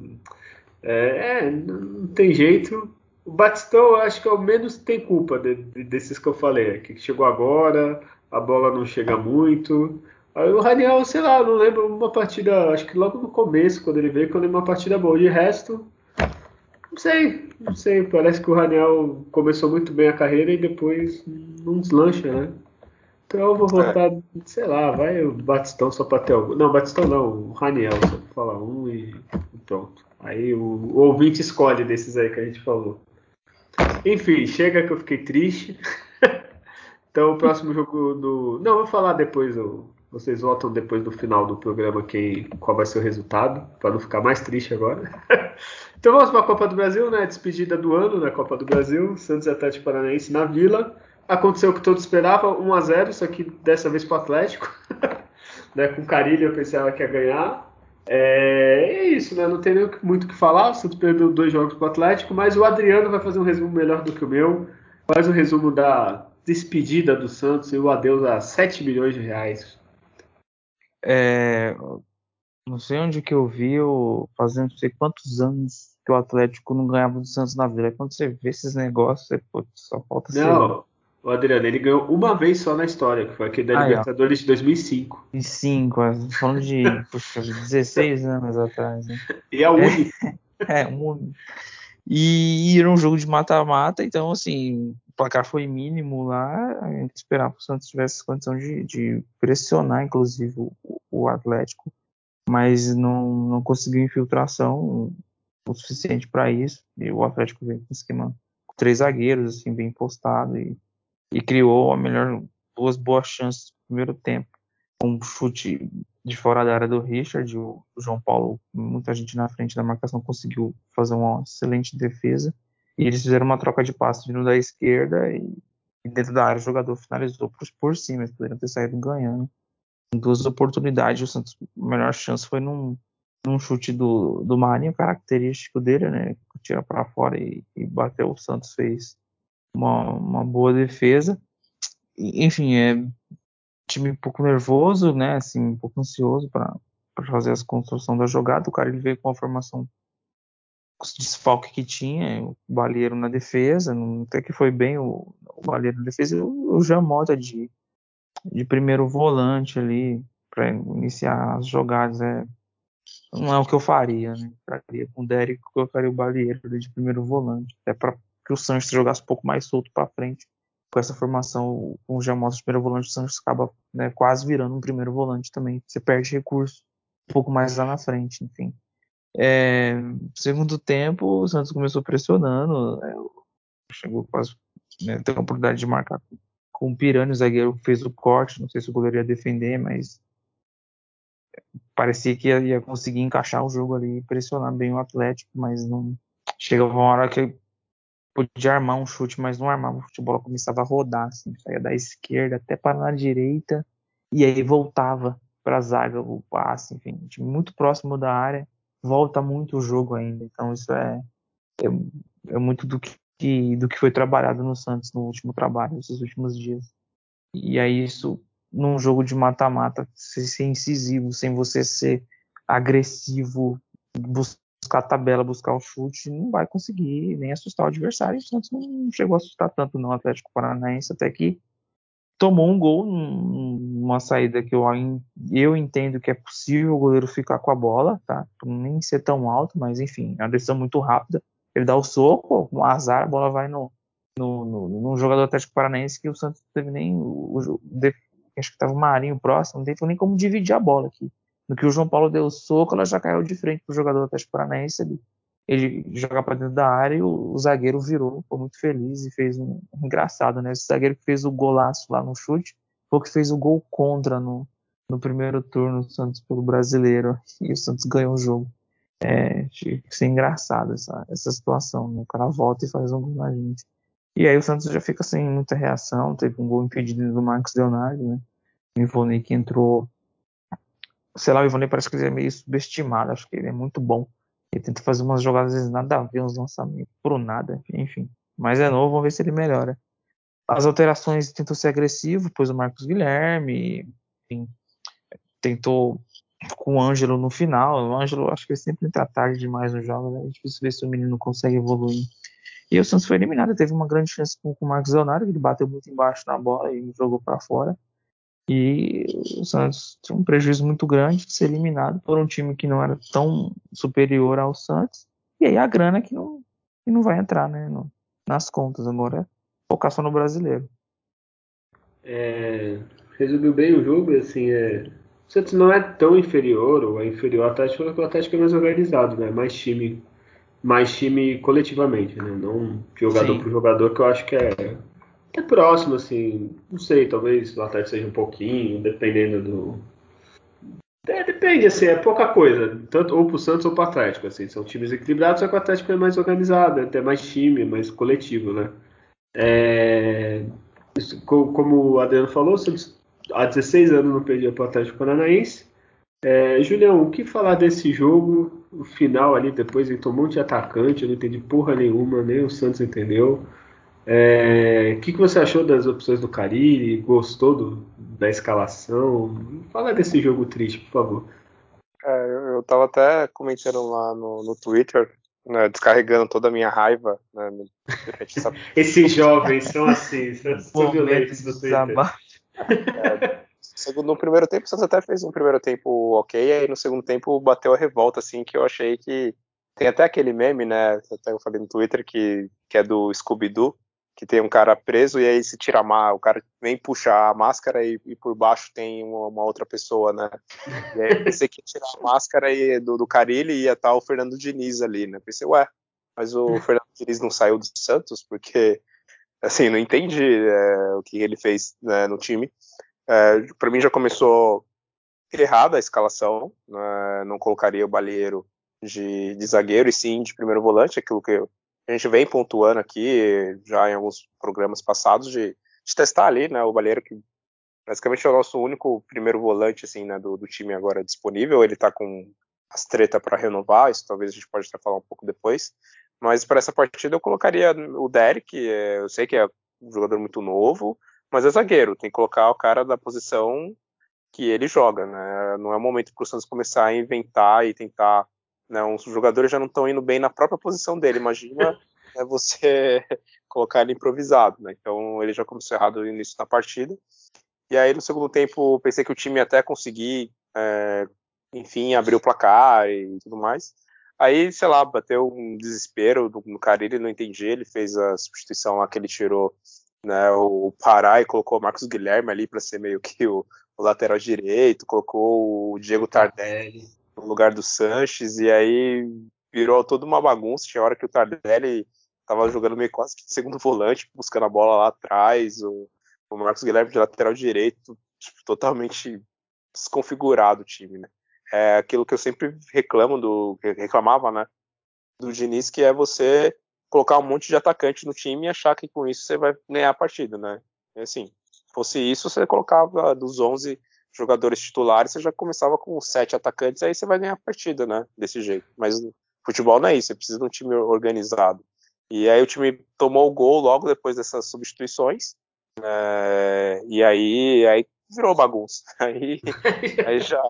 é, é, não tem jeito. O Batistão eu acho que é o menos tem culpa de- de- desses que eu falei, que chegou agora, a bola não chega muito. Aí o Raniel, sei lá, eu não lembro uma partida, acho que logo no começo, quando ele veio, que eu lembro uma partida boa. De resto, não sei, não sei. Parece que o Raniel começou muito bem a carreira e depois não deslancha, né? Então eu vou É, votar, sei lá, vai o Batistão só pra ter algum. Não, Batistão não, o Raniel, só pra falar um e pronto. Aí o, o ouvinte escolhe desses aí que a gente falou. Enfim, chega que eu fiquei triste. Então o próximo jogo do. Não, vou falar depois. o- Vocês votam depois do final do programa quem, qual vai ser o resultado, para não ficar mais triste agora. Então vamos para a Copa do Brasil, né? Despedida do ano na Copa do Brasil. Santos e Atlético Paranaense na Vila. Aconteceu o que todos esperavam, um a zero, só que dessa vez para o Atlético. Né? Com o Carilho eu pensava que ia ganhar. É, é isso, né? Não tem nem muito o que falar. O Santos perdeu dois jogos para o Atlético, mas o Adriano vai fazer um resumo melhor do que o meu. Faz o resumo da despedida do Santos e o adeus a sete milhões de reais. é, não sei onde que eu vi, eu, fazendo não sei quantos anos que o Atlético não ganhava do Santos na Vila. Aí quando você vê esses negócios, você, pô, só falta ser louco. Não, o Adriano, ele ganhou uma vez só na história, que foi aquele da Aí, ó, Libertadores de dois mil e cinco. e cinco, ó, falando de, puxa, dezesseis anos atrás, né? E é a única. É, um, e era um jogo de mata-mata, então, assim, o placar foi mínimo lá, a gente esperava que o Santos tivesse condição de, de pressionar, inclusive, o, o Atlético, mas não, não conseguiu infiltração o suficiente para isso, e o Atlético veio com um esquema com três zagueiros, assim, bem postado, e, e criou a melhor, duas boas chances no primeiro tempo. Um chute de fora da área do Richard, o João Paulo, muita gente na frente da marcação, conseguiu fazer uma excelente defesa. E eles fizeram uma troca de passes vindo da esquerda e, e dentro da área o jogador finalizou por, por cima. Eles poderiam ter saído ganhando. Em duas oportunidades, o Santos, a melhor chance foi num, num chute do, do Marinho, característico dele, né? Tira para fora e, e bateu. O Santos fez uma, uma boa defesa. E, enfim, é time um pouco nervoso, né? Assim, um pouco ansioso para fazer a construção da jogada. O cara ele veio com a formação, com o desfalque que tinha, o Balieiro na defesa, não, até que foi bem o, o Balieiro na defesa, e o, o Jamota de, de primeiro volante ali para iniciar as jogadas. É, não é o que eu faria, né? Faria com o Derek, eu colocaria o Balieiro ali de primeiro volante, até para que o Sanches jogasse um pouco mais solto para frente. Com essa formação, com o Jamota de primeiro volante, o Sanches acaba, né, quase virando um primeiro volante também. Você perde recurso um pouco mais lá na frente, enfim. É, segundo tempo, o Santos começou pressionando, né, chegou quase, né, ter a oportunidade de marcar com o Pirani, o zagueiro fez o corte, não sei se o goleiro ia defender, mas parecia que ia, ia conseguir encaixar o jogo ali, pressionar bem o Atlético, mas não chegava uma hora que podia armar um chute, mas não armava. O futebol começava a rodar, assim, saía da esquerda até para na direita, e aí voltava para a zaga, o passe, enfim, um time muito próximo da área, volta muito o jogo ainda. Então isso é, é, é muito do que, do que foi trabalhado no Santos no último trabalho, nesses últimos dias. E aí isso, num jogo de mata-mata, ser, ser incisivo, sem você ser agressivo, buscar a tabela, buscar o chute, não vai conseguir nem assustar o adversário. O Santos não chegou a assustar tanto não, o Atlético Paranaense, até que tomou um gol numa saída que eu, eu entendo que é possível o goleiro ficar com a bola, tá? Nem ser tão alto, mas enfim, é uma decisão muito rápida. Ele dá o soco, um azar, a bola vai no, no, no, no jogador do Atlético Paranaense, que o Santos não teve nem o, o, acho que estava o Marinho próximo, não teve nem como dividir a bola aqui. No que o João Paulo deu o soco, ela já caiu de frente pro jogador do Atlético Paranaense, ele, ele joga para dentro da área e o, o zagueiro virou, ficou muito feliz e fez um, um engraçado, né? Esse zagueiro que fez o golaço lá no chute, foi o que fez o gol contra no, no primeiro turno do Santos pelo Brasileiro, e o Santos ganhou o jogo. É, isso é engraçado essa, essa situação, né? O cara volta e faz um gol na gente. E aí o Santos já fica sem muita reação, teve um gol impedido do Marcos Leonardo, né? O Ivonei que entrou, sei lá, o Ivonei parece que ele é meio subestimado, acho que ele é muito bom. Ele tenta fazer umas jogadas às vezes nada a ver, uns lançamentos pro nada, enfim. Mas é novo, vamos ver se ele melhora. As alterações tentou ser agressivo, pôs o Marcos Guilherme, enfim, tentou com o Ângelo no final. O Ângelo, acho que ele sempre entra tarde demais no jogo, né? É difícil ver se o menino consegue evoluir. E o Santos foi eliminado, teve uma grande chance com, com o Marcos Leonardo, que ele bateu muito embaixo na bola e jogou para fora. E o Santos tinha um prejuízo muito grande de ser eliminado por um time que não era tão superior ao Santos. E aí a grana que não, que não vai entrar, né, no, nas contas. Agora é focar só no brasileiro. É, resumiu bem o jogo, assim, é, o Santos não é tão inferior, ou é inferior ao Atlético, porque o Atlético é mais organizado, né? Mais time, mais time coletivamente, né? Não jogador Sim. por jogador, que eu acho que é, é próximo, assim, não sei, talvez o Atlético seja um pouquinho, dependendo do. É, depende, assim, é pouca coisa, tanto ou pro Santos ou pro Atlético, assim, são times equilibrados, só que o Atlético é mais organizado, é até mais time, mais coletivo, né? É, como o Adriano falou, o Santos há dezesseis anos não perdia para o Atlético Paranaense. É, Julião, o que falar desse jogo? O final ali, depois ele tomou um monte de atacante, eu não entendi porra nenhuma, nem o Santos entendeu. É, o que, que você achou das opções do Carille? Gostou do, da escalação? Fala desse jogo triste, por favor. É, eu, eu tava até comentando lá no, no Twitter, né, descarregando toda a minha raiva, né, no, durante essa... Esses jovens são assim, são, são Momento de violentos no Twitter. desabafo. Segundo, no primeiro tempo, o Santos até fez um primeiro tempo ok, aí no segundo tempo bateu a revolta, assim, que eu achei que... Tem até aquele meme, né, até eu falei no Twitter, que, que é do Scooby-Doo, que tem um cara preso e aí se tira a máscara, o cara vem puxar a máscara e, e por baixo tem uma, uma outra pessoa, né? E aí eu pensei que ia tirar a máscara e, do, do Carille e ia estar o Fernando Diniz ali, né? Pensei, ué, mas o Fernando Diniz não saiu do Santos? Porque, assim, não entendi é, o que ele fez, né, no time. É, para mim já começou errada a escalação, né? Não colocaria o Balieiro de, de zagueiro e sim de primeiro volante, aquilo que eu, a gente vem pontuando aqui já em alguns programas passados de, de testar ali, né, o Balieiro que basicamente é o nosso único primeiro volante assim, né, do, do time agora disponível. Ele tá com as treta para renovar, isso talvez a gente pode até falar um pouco depois, mas para essa partida eu colocaria o Derek, eu sei que é um jogador muito novo, mas é zagueiro, tem que colocar o cara da posição que ele joga, né? Não é o momento para o Santos começar a inventar e tentar, né? Os jogadores já não estão indo bem na própria posição dele. Imagina, né, você colocar ele improvisado, né? Então ele já começou errado no início da partida. E aí no segundo tempo pensei que o time até conseguir, é, enfim, abrir o placar e tudo mais. Aí, sei lá, bateu um desespero no Carille, não entendi. Ele fez a substituição lá que ele tirou, né, o Pará e colocou o Marcos Guilherme ali para ser meio que o, o lateral direito, colocou o Diego Tardelli no lugar do Sanches, e aí virou toda uma bagunça. Tinha hora que o Tardelli tava jogando meio quase que de segundo volante, buscando a bola lá atrás, o, o Marcos Guilherme de lateral direito, tipo, totalmente desconfigurado o time, né? É aquilo que eu sempre reclamo do, reclamava, né, do Diniz, que é você colocar um monte de atacante no time e achar que com isso você vai ganhar a partida, né? E assim, se fosse isso, você colocava dos onze jogadores titulares, você já começava com sete atacantes, aí você vai ganhar a partida, né? Desse jeito. Mas futebol não é isso, você precisa de um time organizado. E aí o time tomou o gol logo depois dessas substituições, é, e aí, aí virou bagunça. Aí, aí, já,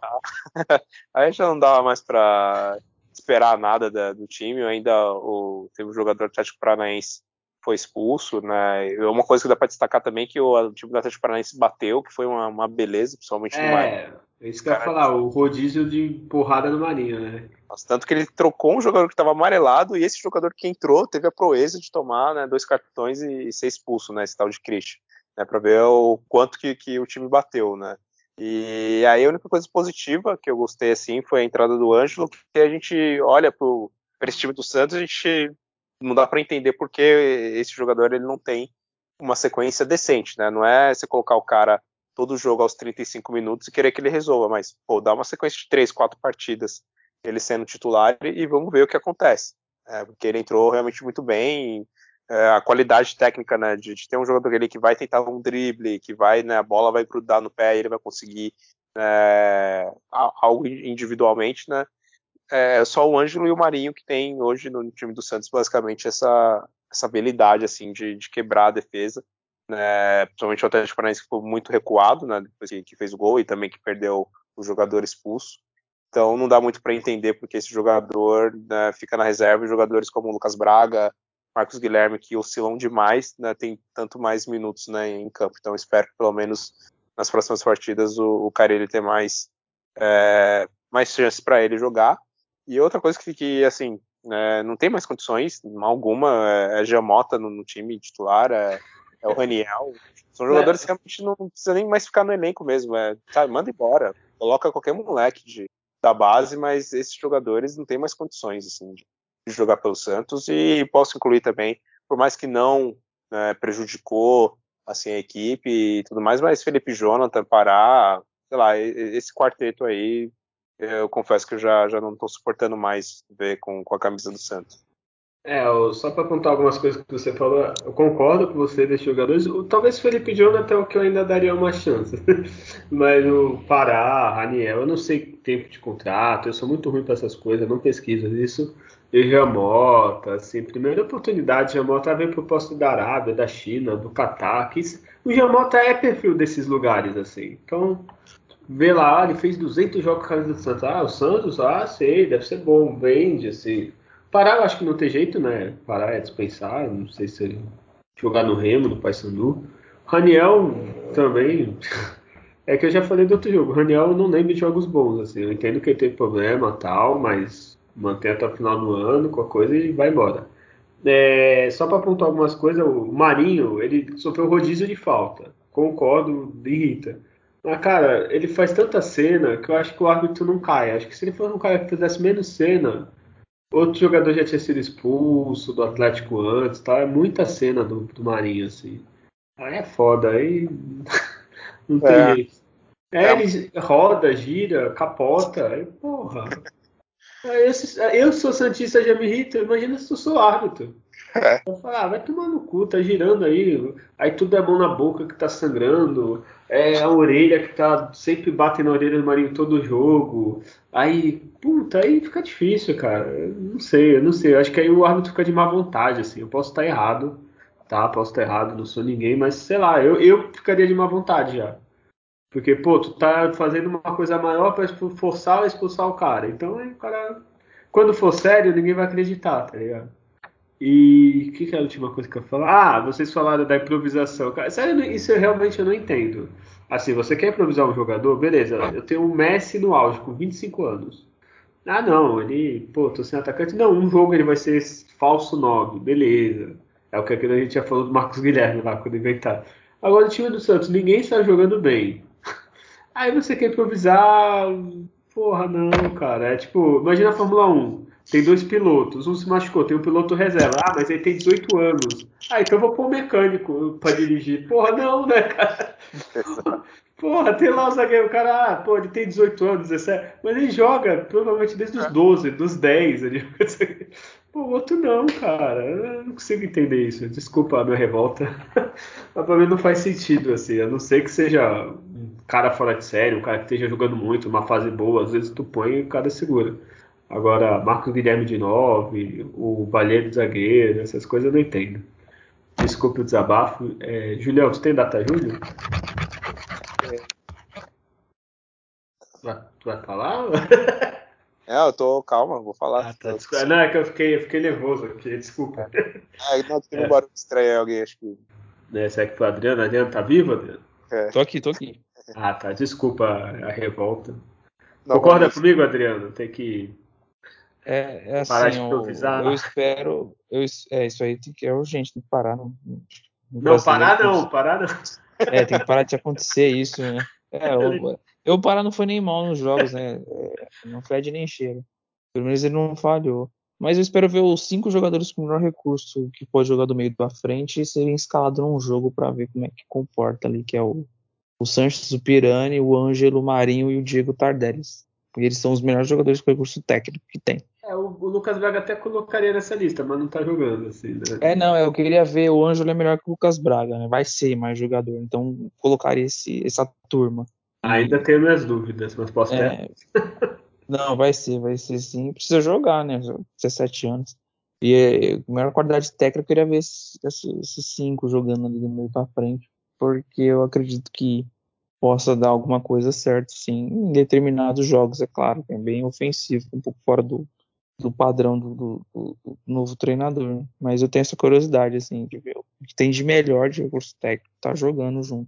aí já não dava mais para esperar nada da, do time. Ainda o, teve um jogador do Atlético Paranaense foi expulso, né? E uma coisa que dá para destacar também é que o, o time do Atlético Paranaense bateu, que foi uma, uma beleza, principalmente no Marinho. É, é isso que eu ia falar, o rodízio de porrada no Marinho, né? Tanto que ele trocou um jogador que estava amarelado e esse jogador que entrou teve a proeza de tomar, né, dois cartões e, e ser expulso, né, esse tal de Christian, né, para ver o quanto que, que o time bateu, né. E aí a única coisa positiva que eu gostei assim foi a entrada do Ângelo, que a gente olha para esse time do Santos, a gente não dá para entender porque esse jogador ele não tem uma sequência decente, né. Não é você colocar o cara todo jogo aos trinta e cinco minutos e querer que ele resolva, mas pô, dá uma sequência de três, quatro partidas ele sendo titular e vamos ver o que acontece, é, porque ele entrou realmente muito bem, é, a qualidade técnica, né, de, de ter um jogador ali que vai tentar um drible, que vai, né, a bola vai grudar no pé e ele vai conseguir é, algo individualmente, né, é só o Ângelo e o Marinho que tem hoje no time do Santos basicamente essa, essa habilidade assim de, de quebrar a defesa, né, principalmente o Atlético Paranaense ficou muito recuado, né, depois que, que fez o gol e também que perdeu o jogador expulso. Então não dá muito para entender porque esse jogador, né, fica na reserva e jogadores como o Lucas Braga, Marcos Guilherme, que oscilam demais, né, tem tanto mais minutos, né, em campo. Então espero que pelo menos nas próximas partidas o, o Carille tenha mais, é, mais chances para ele jogar. E outra coisa que, que assim, é, não tem mais condições alguma, é, é Giamota no, no time titular, é, é o Raniel. São jogadores que realmente não precisa nem mais ficar no elenco mesmo, é, sabe, manda embora, coloca qualquer moleque de da base, mas esses jogadores não têm mais condições assim, de, de jogar pelo Santos. E posso incluir também, por mais que não, né, prejudicou assim, a equipe e tudo mais, mas Felipe Jonathan, Pará, sei lá, esse quarteto aí, eu confesso que eu já, já não estou suportando mais ver com, com a camisa do Santos. É, só para apontar algumas coisas que você falou, eu concordo com você desses jogadores. Talvez o Felipe Jonathan é o que eu ainda daria uma chance. Mas o Pará, Raniel, eu não sei tempo de contrato, eu sou muito ruim para essas coisas, não pesquiso isso. E Jamota, assim, primeira oportunidade, Jamota veio proposta da Arábia, da China, do Catar. Que isso, o Jamota é perfil desses lugares, assim. Então, vê lá, ele fez duzentos jogos com a camisa do Santos. Ah, o Santos, ah, sei, deve ser bom, vende, assim. Pará, eu acho que não tem jeito, né? Pará é dispensar, não sei se jogar no Remo, no Paysandu. Raniel também. É que eu já falei do outro jogo. Raniel eu não lembro de jogos bons, assim. Eu entendo que ele teve problema tal, mas mantém até o final do ano, com a coisa e vai embora. É, só para apontar algumas coisas, o Marinho, ele sofreu rodízio de falta. Concordo, irrita. Mas, cara, ele faz tanta cena que eu acho que o árbitro não cai. Acho que se ele fosse um cara que fizesse menos cena, outro jogador já tinha sido expulso do Atlético antes, tá? É muita cena do, do Marinho, assim. Aí é foda, aí não tem É, jeito. É, é, ele roda, gira, capota, aí, porra. Aí esse- eu sou Santista, já me irrita, imagina se eu sou árbitro. é, Eu falo, ah, vai tomar no cu, tá girando aí. Aí tudo é mão na boca que tá sangrando. É a orelha que tá sempre batendo na orelha do Marinho todo jogo. Aí, puta, aí fica difícil, cara. Eu não sei, eu não sei. Eu acho que aí o árbitro fica de má vontade, assim. Eu posso estar errado, tá? Posso estar errado, não sou ninguém, mas sei lá, eu, eu ficaria de má vontade já. Porque, pô, tu tá fazendo uma coisa maior pra expu- forçar ou expulsar o cara. Então, aí o cara, quando for sério, ninguém vai acreditar, tá ligado? E o que, que é a última coisa que eu falo? Ah, vocês falaram da improvisação. Cara, sério, isso eu realmente eu não entendo. Assim, você quer improvisar um jogador? Beleza, eu tenho um Messi no auge, com vinte e cinco anos. Ah, não, ele, pô, tô sem atacante. Não, um jogo ele vai ser falso nove, beleza. É o que a gente já falou do Marcos Guilherme lá, quando inventaram. Agora, o time do Santos, ninguém está jogando bem. Aí você quer improvisar. Porra, não, cara. É tipo, imagina a Fórmula Um. Tem dois pilotos, um se machucou, tem um piloto reserva. Ah, mas ele tem dezoito anos. Ah, então eu vou pôr um mecânico pra dirigir. Porra, não, né, cara? Porra, tem lá o zagueiro, o cara, ah, pô, ele tem dezoito anos, dezessete, mas ele joga provavelmente desde os doze, dos dez. Ele... Pô, o outro não, cara. Eu não consigo entender isso. Desculpa a minha revolta. Mas pra mim não faz sentido, assim. A não ser que seja um cara fora de série, um cara que esteja jogando muito, uma fase boa. Às vezes tu põe e o cara segura. Agora, Marcos Guilherme de nove, o Balheiro de zagueiro, essas coisas eu não entendo. Desculpe o desabafo. É, Julião, tu tem data Júlio? Tu vai, tu vai falar? É, eu tô, calma, vou falar. Ah, tá. Tô- Desculpa. Não, é que eu fiquei, eu fiquei nervoso aqui. Desculpa. É, não, teve um É, barulho estranho aí, alguém, acho que. né, será que foi o Adriano? Adriano tá vivo, Adriano? É, Tô aqui, tô aqui. Ah, tá. Desculpa a a revolta. Concorda novamente. comigo, Adriano? Tem que É, é parar assim, de eu, eu improvisar. espero. Eu, es- é, isso aí tem que, é urgente, tem que parar. No, no Não, brasileiro parar tem não, que, parar não. é, tem que parar de acontecer isso, né? É, eu, eu parar não foi nem mal nos jogos, né? É, não fede nem cheira. Pelo menos ele não falhou. Mas eu espero ver os cinco jogadores com o menor recurso que pode jogar do meio pra frente e serem escalados num jogo pra ver como é que comporta ali, que é o, o Sanches, o Pirani, o Ângelo, o Marinho e o Diego Tardelli. E eles são os melhores jogadores com recurso técnico que tem. É, o, o Lucas Braga até colocaria nessa lista, mas não tá jogando, assim, né? É, não, eu queria ver o Ângelo é melhor que o Lucas Braga, né? Vai ser mais jogador, então colocaria esse, essa turma. Ainda E tenho minhas dúvidas, mas posso ter. é, não, vai ser, vai ser sim. Precisa jogar, né? dezessete anos. E é, a maior qualidade técnica eu queria ver esses, esses cinco jogando ali do meio pra frente, porque eu acredito que possa dar alguma coisa certa, sim, em determinados jogos, é claro, que é bem ofensivo, um pouco fora do, do padrão do, do- do- do novo treinador, né? Mas eu tenho essa curiosidade, assim, de ver o que tem de melhor de recurso técnico, tá jogando junto.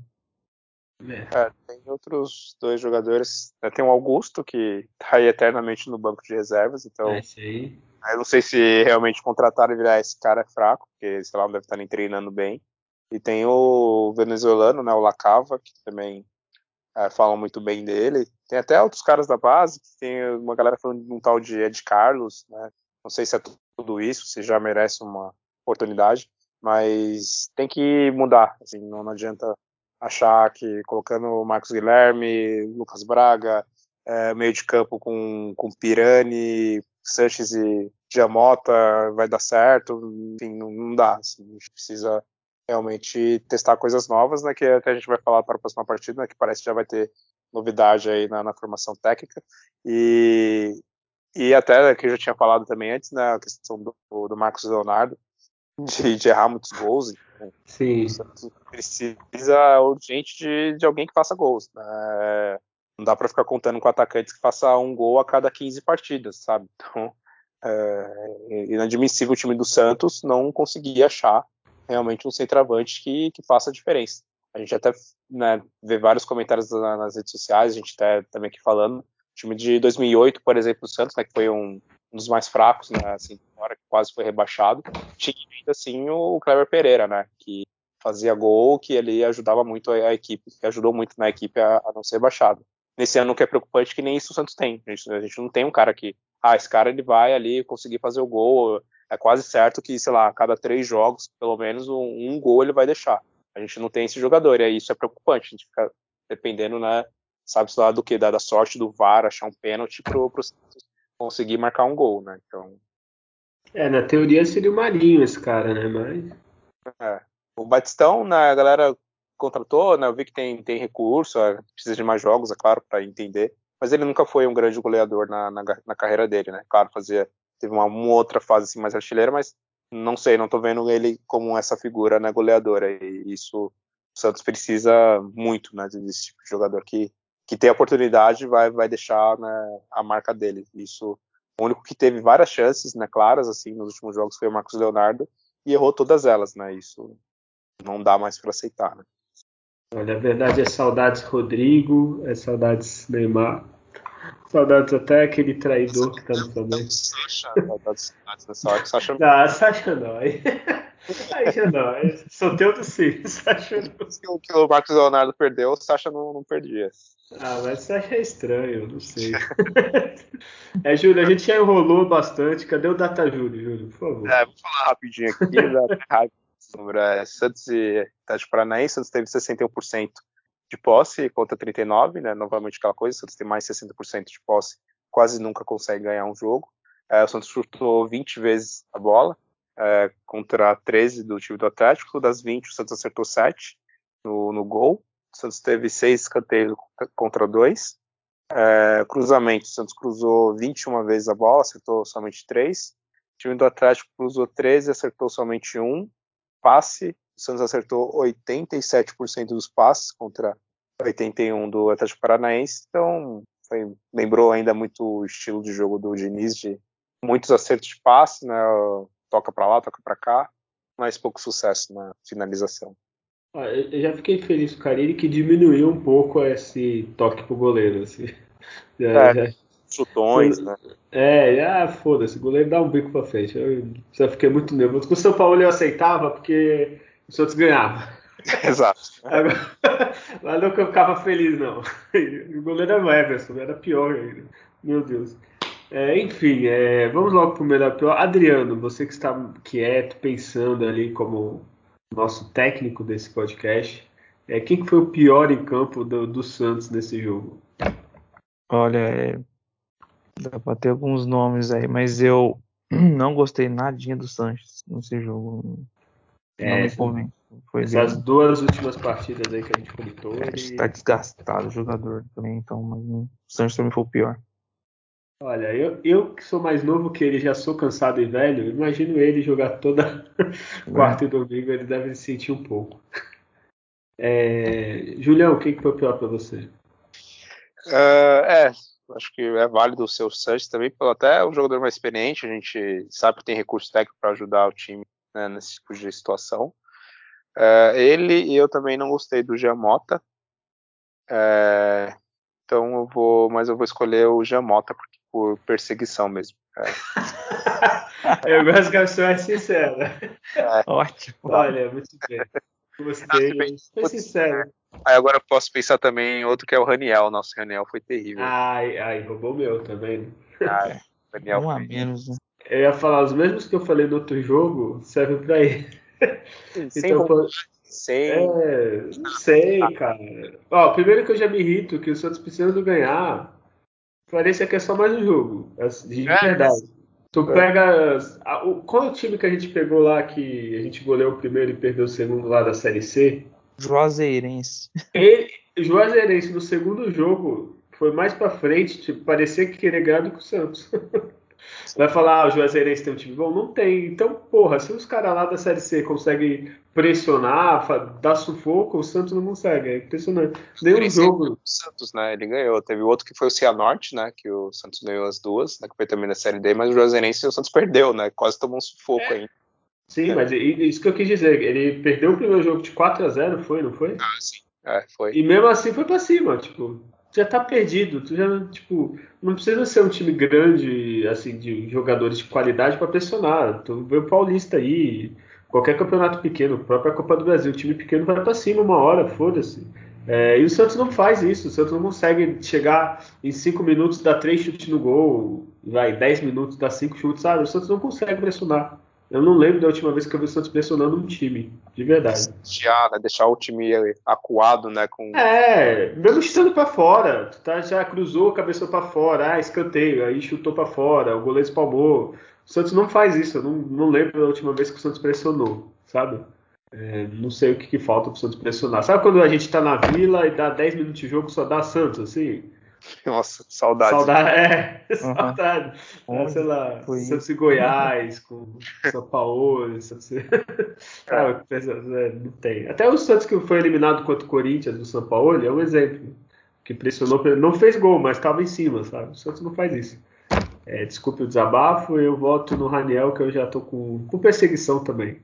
É. É, tem outros dois jogadores. Né, tem o Augusto, que tá aí eternamente no banco de reservas, É então isso aí. eu não sei se realmente contrataram e virar esse cara fraco, porque, sei lá, não deve estar nem treinando bem. E tem o venezuelano, né, o Lacava, que também é, falam muito bem dele. Tem até outros caras da base, tem uma galera falando de um tal de Ed Carlos, né? Não sei se é tudo isso, se já merece uma oportunidade, mas tem que mudar, assim, não, não adianta achar que colocando o Marcos Guilherme, Lucas Braga, é, meio de campo com, com Pirani, Sanches e Giamota vai dar certo, enfim, não, não dá, assim, a gente precisa realmente testar coisas novas, né, que até a gente vai falar para a próxima partida, né, que parece que já vai ter novidade aí na, na formação técnica, e, e até que eu já tinha falado também antes, né, a questão do, do Marcos Leonardo, de, de errar muitos gols, então, o Sim. Santos precisa urgente de, de alguém que faça gols, né, não dá para ficar contando com atacantes que faça um gol a cada quinze partidas, sabe, então é inadmissível o time do Santos não conseguir achar realmente um centroavante que, que faça a diferença. A gente até, né, vê vários comentários na, nas redes sociais, a gente está também aqui falando, o time de dois mil e oito, por exemplo, do Santos, né, que foi um, um dos mais fracos, né, assim, na hora que quase foi rebaixado, tinha ainda assim o Kleber Pereira, né, que fazia gol, que ele ajudava muito a, a equipe, que ajudou muito na equipe a, a não ser rebaixado. Nesse ano, o que é preocupante é que nem isso o Santos tem. A gente, a gente não tem um cara que, ah, esse cara ele vai ali conseguir fazer o gol, é quase certo que, sei lá, a cada três jogos, pelo menos um, um gol ele vai deixar. A gente não tem esse jogador, e aí isso é preocupante. A gente fica dependendo, né, sabe-se lá do que, da, da sorte do V A R, achar um pênalti pro, pro Santos conseguir marcar um gol, né? Então, É, na teoria seria o Marinho esse cara, né? Mas. é. O Batistão, né, a galera contratou, né, eu vi que tem, tem recurso, é, precisa de mais jogos, é claro, para entender, mas ele nunca foi um grande goleador na, na, na carreira dele, né? Claro, fazia, teve uma, uma outra fase assim, mais artilheira, mas não sei, não tô vendo ele como essa figura, né, goleadora, e isso o Santos precisa muito, né, desse tipo de jogador que, que tem a oportunidade vai, vai deixar, né, a marca dele. Isso, o único que teve várias chances, né, claras, assim, nos últimos jogos foi o Marcos Leonardo, e errou todas elas, né, isso não dá mais para aceitar, né? Olha, a verdade é saudades Rodrigo, é saudades Neymar, saudades até aquele traidor que tá no Flamengo. Sacha, nessa hora que o Sacha Não, Sacha não. Aí, aí já não. Aí, Soteldo sim, Sacha não. que o que o Marcos Leonardo perdeu, o Sacha não, não perdia. Ah, mas Sacha é estranho, não sei. É, Júlio, a gente já enrolou bastante. Cadê o Data Júlio, Júlio, por favor? É, vou falar rapidinho aqui da raiva sobre a Santos e Atlético Paranaense. Santos teve sessenta e um por cento de posse contra trinta e nove por cento, né? Novamente aquela coisa, Santos tem mais sessenta por cento de posse, quase nunca consegue ganhar um jogo. É, o Santos chutou vinte vezes a bola, é, contra treze do time do Atlético. Das vinte, o Santos acertou sete no, no gol. O Santos teve seis escanteios contra dois. É, cruzamento, o Santos cruzou vinte e uma vezes a bola, acertou somente três. O time do Atlético cruzou treze, acertou somente um. Passe, o Santos acertou oitenta e sete por cento dos passes contra oitenta e um por cento do Atlético Paranaense. Então, foi, lembrou ainda muito o estilo de jogo do Diniz, de muitos acertos de passe, né? Toca para lá, toca para cá, mas pouco sucesso na finalização. Ah, eu já fiquei feliz com o Carille que diminuiu um pouco esse toque pro goleiro. Assim. Já, É, já, chutões, né? É, ah, foda-se, o goleiro dá um bico pra frente. Eu já fiquei muito nervoso. Com o São Paulo eu aceitava porque o Santos ganhava. Exato. Agora, lá não que eu ficava feliz, não. O goleiro era o Everson, era pior ainda. Meu Deus. É, enfim, é, vamos logo pro melhor pior. Adriano, você que está quieto, pensando ali como nosso técnico desse podcast, é, quem que foi o pior em campo do, do Santos nesse jogo? Olha, é, dá pra ter alguns nomes aí, mas eu não gostei nadinha do Sanches nesse jogo. Não É, me essa- convence. Foi essas bem. duas últimas partidas aí que a gente comentou, É, está ele... desgastado o jogador também, então, mas não- o Sanches também foi o pior. Olha, eu, eu que sou mais novo que ele, já sou cansado e velho, imagino ele jogar toda quarta e É. domingo, ele deve se sentir um pouco. É, Julião, quem que foi pior pra você? Uh, é, acho que é válido o seu Sanches também, pelo até um jogador mais experiente, a gente sabe que tem recurso técnico para ajudar o time, né, nesse tipo de situação. Uh, ele e eu também não gostei do Giamota, uh, então eu vou, mas eu vou escolher o Giamota por, por perseguição mesmo. Eu gosto que a pessoa é sincera. É, Ótimo. Olha, muito bem. ah, se bem, Gostei. Foi putz, sincero. aí agora eu posso pensar também em outro que é o Raniel. Nosso Raniel foi terrível. Ai, ai, roubou o meu também. Ah, É, o Raniel um a foi menos, né? Eu ia falar, os mesmos que eu falei no outro jogo servem pra ele. sem Então, pô, vontade, sem. é, não sei, cara. Ó, primeiro que eu já me irrito que o Santos precisando ganhar, parece que é só mais um jogo, assim, de É, verdade. Tu é. pega. a- o- Qual é o time que a gente pegou lá que a gente goleou o primeiro e perdeu o segundo lá da Série C? Juazeirense. Ele, Juazeirense no segundo jogo foi mais pra frente, tipo, parecia que queria ganhar do que o Santos. Vai falar, ah, o Juazeirense tem um time bom? Não tem. Então, porra, se os caras lá da Série C conseguem pressionar, fa- dar sufoco, o Santos não consegue. É impressionante. Nenhum Diferenciei o jogo. Santos, né? Ele ganhou. Teve outro que foi o Cianorte, né? Que o Santos ganhou as duas, né? Que foi também na Série D, mas o Juazeirense o Santos perdeu, né? Quase tomou um sufoco ainda. Sim, mas i- isso que eu quis dizer. Ele perdeu o primeiro jogo de quatro a zero, foi, não foi? Ah, sim. É, foi. E mesmo assim foi pra cima, tipo, já tá perdido, tu já, tipo, não precisa ser um time grande, assim, de jogadores de qualidade pra pressionar. Tu vê o Paulista aí, qualquer campeonato pequeno, a própria Copa do Brasil, o time pequeno vai pra cima uma hora, foda-se. É, e o Santos não faz isso, o Santos não consegue chegar em cinco minutos, dar três chutes no gol, vai, dez minutos, dar cinco chutes, sabe? O Santos não consegue pressionar. Eu não lembro da última vez que eu vi o Santos pressionando um time, de verdade. Deixar, né? Deixar o time acuado, né? Com... É, mesmo chutando pra fora, tu tá, já cruzou, cabeçou pra fora, ah, escanteio, aí chutou pra fora, o goleiro espalmou. O Santos não faz isso, eu não, não lembro da última vez que o Santos pressionou, sabe? É, não sei o que, que falta pro Santos pressionar. Sabe quando a gente tá na Vila e dá dez minutos de jogo só dá Santos, assim? Nossa, saudades. Saudade, é, Aham. saudade. Ah, sei Onde lá, foi Santos isso? e Goiás, com São Paulo, Santos... É, Sabe, pensa- é, não tem. Até o Santos que foi eliminado contra o Corinthians do São Paulo é um exemplo. Que pressionou, não fez gol, mas estava em cima, sabe? O Santos não faz isso. É, desculpe o desabafo, eu voto no Raniel, que eu já tô com, com perseguição também.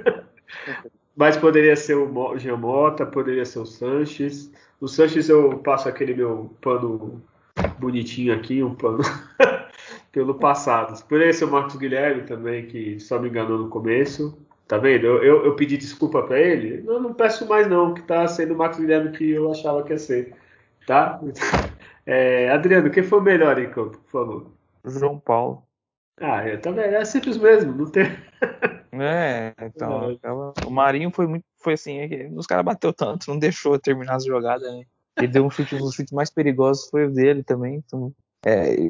Mas poderia ser o Mo- Jean Mota, poderia ser o Sanches. O Sanches eu passo aquele meu pano bonitinho aqui, um pano pelo passado. Poderia ser o Marcos Guilherme também, que só me enganou no começo. Tá vendo? Eu, eu, eu pedi desculpa pra ele. Eu não peço mais não, que tá sendo o Marcos Guilherme que eu achava que ia ser. Tá? É, Adriano, quem foi o melhor em campo, por favor? João Paulo. Ah, é, tá vendo? É simples mesmo, não tem. É, então, aquela- o Marinho foi muito, foi assim, é que os caras bateu tanto, não deixou eu terminar as jogadas, né? Ele deu um chute, um dos chutes mais perigosos foi o dele também, então, é,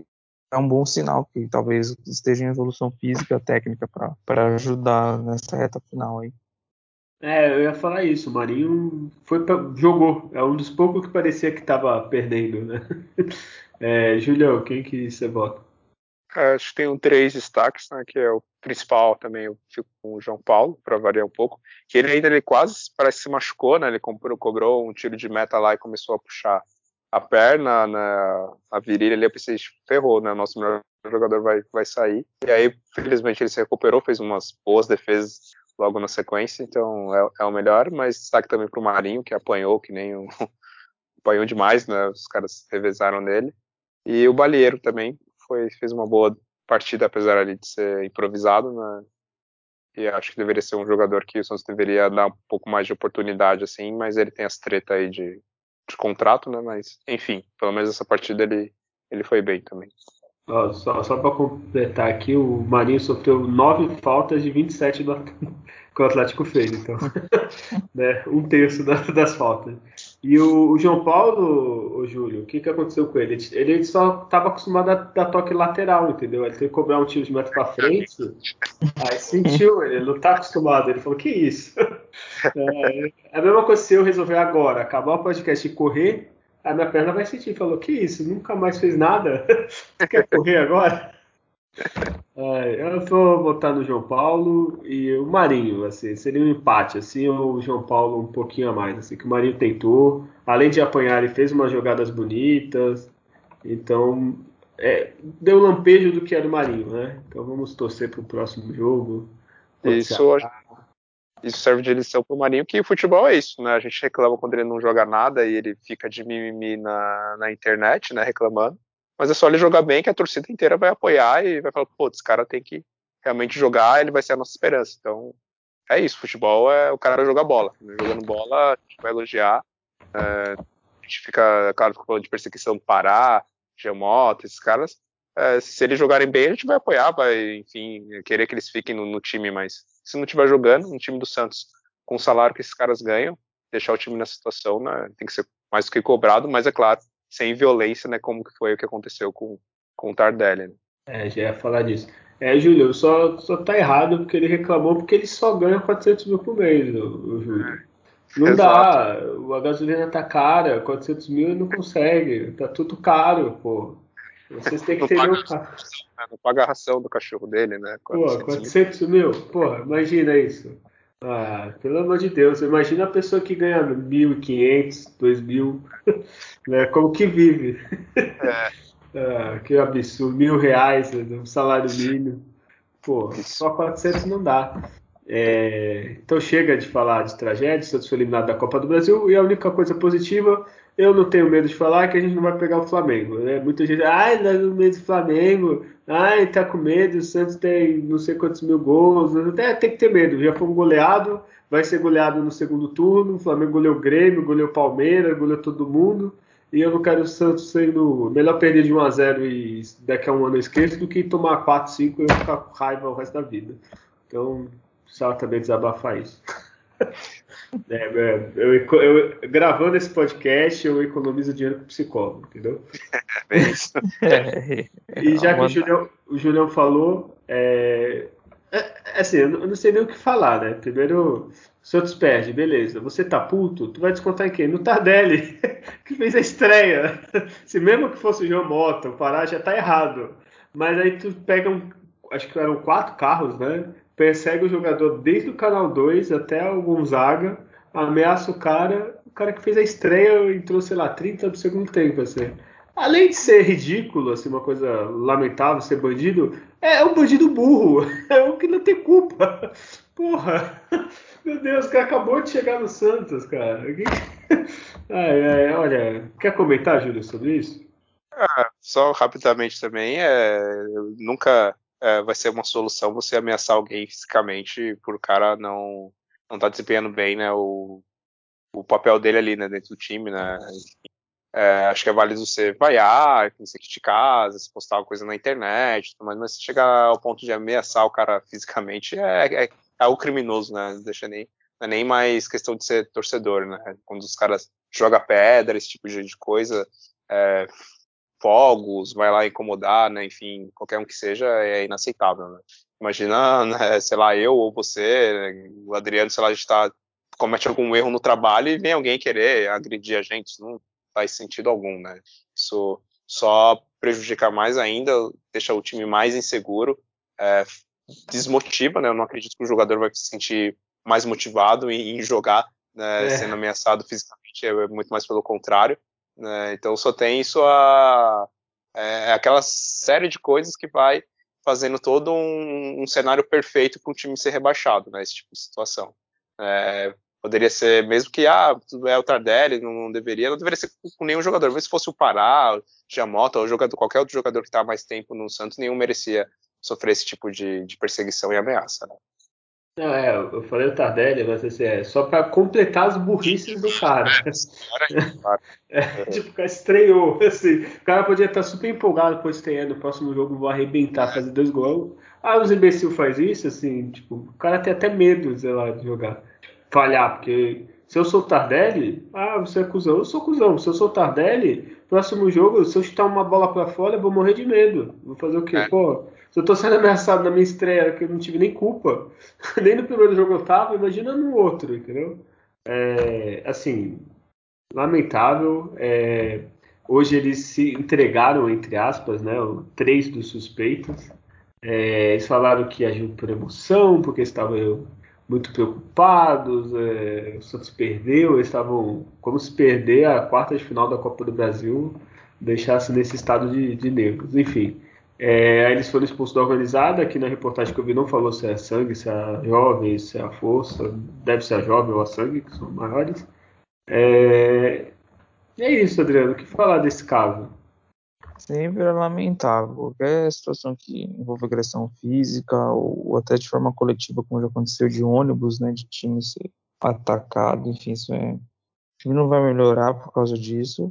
é um bom sinal que talvez esteja em evolução física, técnica para ajudar nessa reta final aí. É, eu ia falar isso. O Marinho foi pra, jogou. É um dos poucos que parecia que estava perdendo, né? É, Julião, quem que você bota? É, acho que tem um três destaques, né, que é o principal também, eu fico com o João Paulo, para variar um pouco, que ele ainda ele quase parece que se machucou, né, ele comprou, cobrou um tiro de meta lá e começou a puxar a perna, né, a virilha ali, eu pensei, ferrou, né, o nosso melhor jogador vai, vai sair, e aí, felizmente, ele se recuperou, fez umas boas defesas logo na sequência, então é, é o melhor, mas destaque também para o Marinho, que apanhou, que nem o... apanhou demais, né, os caras revezaram nele, e o Balieiro também foi, fez uma boa partida, apesar ali de ser improvisado, né? E acho que deveria ser um jogador que o Santos deveria dar um pouco mais de oportunidade, assim, mas ele tem as tretas aí de, de contrato, né? Mas, enfim, pelo menos essa partida ele, ele foi bem também. Ó, só só para completar aqui, o Marinho sofreu nove faltas de vinte e sete do, que o Atlético fez, então, né, um terço da, das faltas. E o, o João Paulo, o Júlio, o que, que aconteceu com ele? Ele, ele só estava acostumado a dar toque lateral, entendeu? Ele teve que cobrar um tiro de meta para frente, aí sentiu, ele não está acostumado. Ele falou: que isso? É, é a mesma coisa se eu resolver agora acabar o podcast e correr, a minha perna vai sentir. Falou: que isso? Nunca mais fez nada? Quer correr agora? É, eu vou votar no João Paulo e o Marinho, assim, seria um empate, assim, o João Paulo um pouquinho a mais, assim, que o Marinho tentou, além de apanhar, ele fez umas jogadas bonitas, então, é, deu lampejo do que era o Marinho, né? Então vamos torcer pro próximo jogo, pode ser. Isso, isso serve de lição pro Marinho, que o futebol é isso, né? A gente reclama quando ele não joga nada e ele fica de mimimi na, na internet, né, reclamando. Mas é só ele jogar bem que a torcida inteira vai apoiar e vai falar, pô, esse cara tem que realmente jogar, ele vai ser a nossa esperança. Então, é isso, futebol é o cara jogar bola. Jogando bola, a gente vai elogiar. É, a gente fica, claro, fica falando de perseguição do Pará, Giamota, esses caras. É, se eles jogarem bem, a gente vai apoiar, vai, enfim, querer que eles fiquem no, no time, mas se não estiver jogando, no time do Santos, com o salário que esses caras ganham, deixar o time nessa situação, né, tem que ser mais do que cobrado, mas é claro, sem violência, né, como que foi o que aconteceu com, com o Tardelli. Né? É, já ia falar disso. É, Júlio, só, só tá errado porque ele reclamou porque ele só ganha quatrocentos mil por mês, o, o Júlio. Não Exato. dá, a gasolina tá cara, quatrocentos mil ele não consegue, tá tudo caro, pô. Vocês têm que Não entender paga, o cara. né, não paga a ração do cachorro dele, né, Pô, quatrocentos mil. quatrocentos mil? Porra, imagina isso. Ah, pelo amor de Deus, imagina a pessoa que ganha mil e quinhentos, dois mil, né? Como que vive? É, Ah, que absurdo, mil reais, né, um salário mínimo. Pô, isso. só quatrocentos não dá. É, então chega de falar de tragédia, o Santos foi eliminado da Copa do Brasil e a única coisa positiva, eu não tenho medo de falar, é que a gente não vai pegar o Flamengo. Né? Muita gente, ai, nós não medo do Flamengo, ai, tá com medo, o Santos tem não sei quantos mil gols, até tem que ter medo, já foi um goleado, vai ser goleado no segundo turno, o Flamengo goleou o Grêmio, goleou o Palmeiras, goleou todo mundo, e eu não quero o Santos sendo, melhor perder de um a zero e daqui a um ano eu esqueço, do que tomar quatro, cinco e eu ficar com raiva o resto da vida. Então, precisava também desabafar isso. É, é, eu, eu- gravando esse podcast, eu economizo dinheiro com psicólogo, entendeu? É bem isso. É, é E uma já que o vantagem. Julião, o Julião falou, é, é- é assim, eu não, eu não sei nem o que falar, né? Primeiro, o Santos perde, beleza. Você tá puto, tu vai descontar em quem? No Tardelli, que fez a estreia. Se mesmo que fosse o João Mota, o Pará já tá errado. Mas aí tu pega um, acho que eram quatro carros, né? Persegue o jogador desde o canal dois até o Gonzaga, ameaça o cara, o cara que fez a estreia entrou, sei lá, trinta do segundo tempo, assim. Além de ser ridículo, assim, uma coisa lamentável, ser bandido, é um bandido burro, é o que não tem culpa. Porra, meu Deus, o cara acabou de chegar no Santos, cara. Ai, ai, olha, quer comentar, Júlio, sobre isso? Ah, só rapidamente também, é, nunca é, vai ser uma solução você ameaçar alguém fisicamente por o cara não não tá desempenhando bem, né, o, o papel dele ali, né, dentro do time, né. É, acho que é válido você vaiar, você criticar, você postar uma coisa na internet, mas, mas se chegar ao ponto de ameaçar o cara fisicamente é, é, é algo criminoso, né, não deixa nem, não é nem mais questão de ser torcedor, né, quando os caras jogam pedra, esse tipo de, de coisa, é, fogos, vai lá incomodar, né? Enfim, qualquer um que seja, é inaceitável, né? Imagina, né, sei lá, eu ou você, né, o Adriano, sei lá, a gente tá, comete algum erro no trabalho e vem alguém querer agredir a gente, isso não faz sentido algum, né? Isso só prejudica mais ainda, deixa o time mais inseguro, é, desmotiva, né? Eu não acredito que o jogador vai se sentir mais motivado em, em jogar, né, sendo É. ameaçado fisicamente, é muito mais pelo contrário, né? Então só tem isso a é, aquela série de coisas que vai fazendo todo um, um cenário perfeito para um time ser rebaixado, né? Esse tipo de situação. É, poderia ser, mesmo que ah, é o Tardelli, não, não deveria, não deveria ser com nenhum jogador. Mas se fosse o Pará, o Giamota, ou jogador, qualquer outro jogador que está há mais tempo no Santos, nenhum merecia sofrer esse tipo de, de perseguição e ameaça, né? Não, é, eu falei o Tardelli, mas assim, é só para completar as burrices do cara. Claro, claro. É, tipo, o cara estreou, assim, o cara podia estar super empolgado, pois tem, é, no próximo jogo vou arrebentar, fazer dois gols. Ah, os imbecil faz isso, assim, tipo, o cara tem até medo, sei lá, de jogar, falhar, porque se eu sou o Tardelli, ah, você é cuzão, eu sou cuzão, se eu sou o Tardelli, próximo jogo, se eu chutar uma bola pra fora, eu vou morrer de medo. Vou fazer o quê? É. Pô, se eu tô sendo ameaçado na minha estreia, que eu não tive nem culpa, nem no primeiro jogo eu tava, imagina no outro, entendeu? É, assim, lamentável. É, hoje eles se entregaram, entre aspas, né, o- três dos suspeitos. É, eles falaram que agiu por emoção, porque estavam muito preocupados. É, o Santos perdeu, eles estavam como se perder a quarta de final da Copa do Brasil deixasse nesse estado de, de nervos. Enfim, é, aí eles foram expulsos da organizada. Aqui na reportagem que eu vi não falou se é sangue, se é a jovem, se é a força. Deve ser a jovem ou a sangue, que são maiores. É, e é isso, Adriano. O que falar desse caso? Sempre é lamentável. Qualquer situação que envolva agressão física ou, ou até de forma coletiva, como já aconteceu de ônibus, né, de time ser atacado, enfim, isso é, o time não vai melhorar por causa disso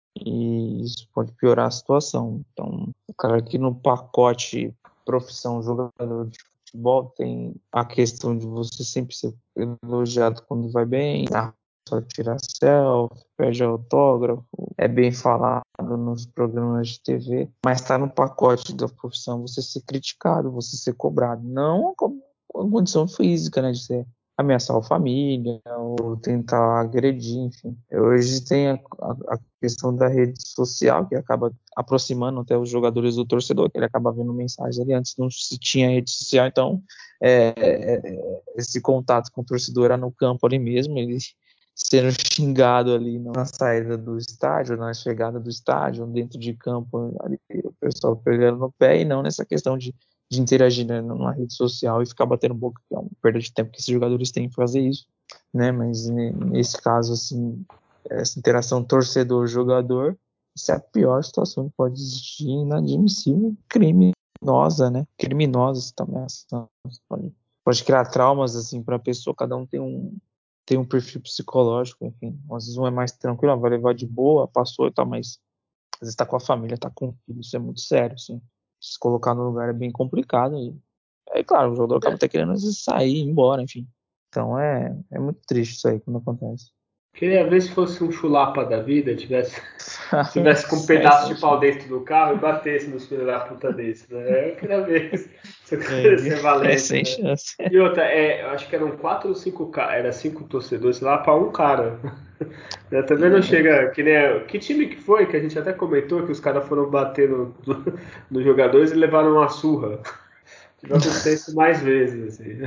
e isso pode piorar a situação. Então, o cara aqui no pacote profissão jogador de futebol tem a questão de você sempre ser elogiado quando vai bem, só tirar selfie, pede autógrafo, é bem falado nos programas de T V, mas está no pacote da profissão você ser criticado, você ser cobrado, não como a condição física, né, de ser ameaçar a família ou tentar agredir, enfim. Hoje tem a, a, a questão da rede social que acaba aproximando até os jogadores do torcedor, que ele acaba vendo mensagens ali, antes não se tinha rede social, então é, é, esse contato com o torcedor era no campo ali mesmo, ele sendo xingado ali na saída do estádio, na chegada do estádio, dentro de campo, ali, o pessoal pegando no pé, e não nessa questão de, de interagir, né, numa rede social e ficar batendo boca, que é uma perda de tempo que esses jogadores têm para fazer isso, né, mas nesse caso, assim, essa interação torcedor-jogador, isso é a pior situação que pode existir, inadmissível, criminosa, né, criminosa também, pode, pode criar traumas, assim, para a pessoa, cada um tem um tem um perfil psicológico, enfim, às vezes um é mais tranquilo, vai levar de boa, passou e tal, mas às vezes tá com a família, tá com o filho, isso é muito sério, assim, se colocar no lugar é bem complicado, e aí, claro, o jogador acaba até querendo às vezes sair, ir embora, enfim, então é, é muito triste isso aí quando acontece. Queria ver se fosse um chulapa da vida, tivesse, tivesse com um pedaço de pau dentro do carro e batesse nos filhos da puta desse, né? Eu queria ver se eu queria ser É, é valente, sem né? chance. E outra, é, eu acho que eram quatro ou cinco caras, era cinco torcedores lá pra um cara. Eu também não É, chega que nem. Que time que foi que a gente até comentou que os caras foram bater no, no- nos jogadores e levaram uma surra? Vai acontecer isso mais vezes, assim.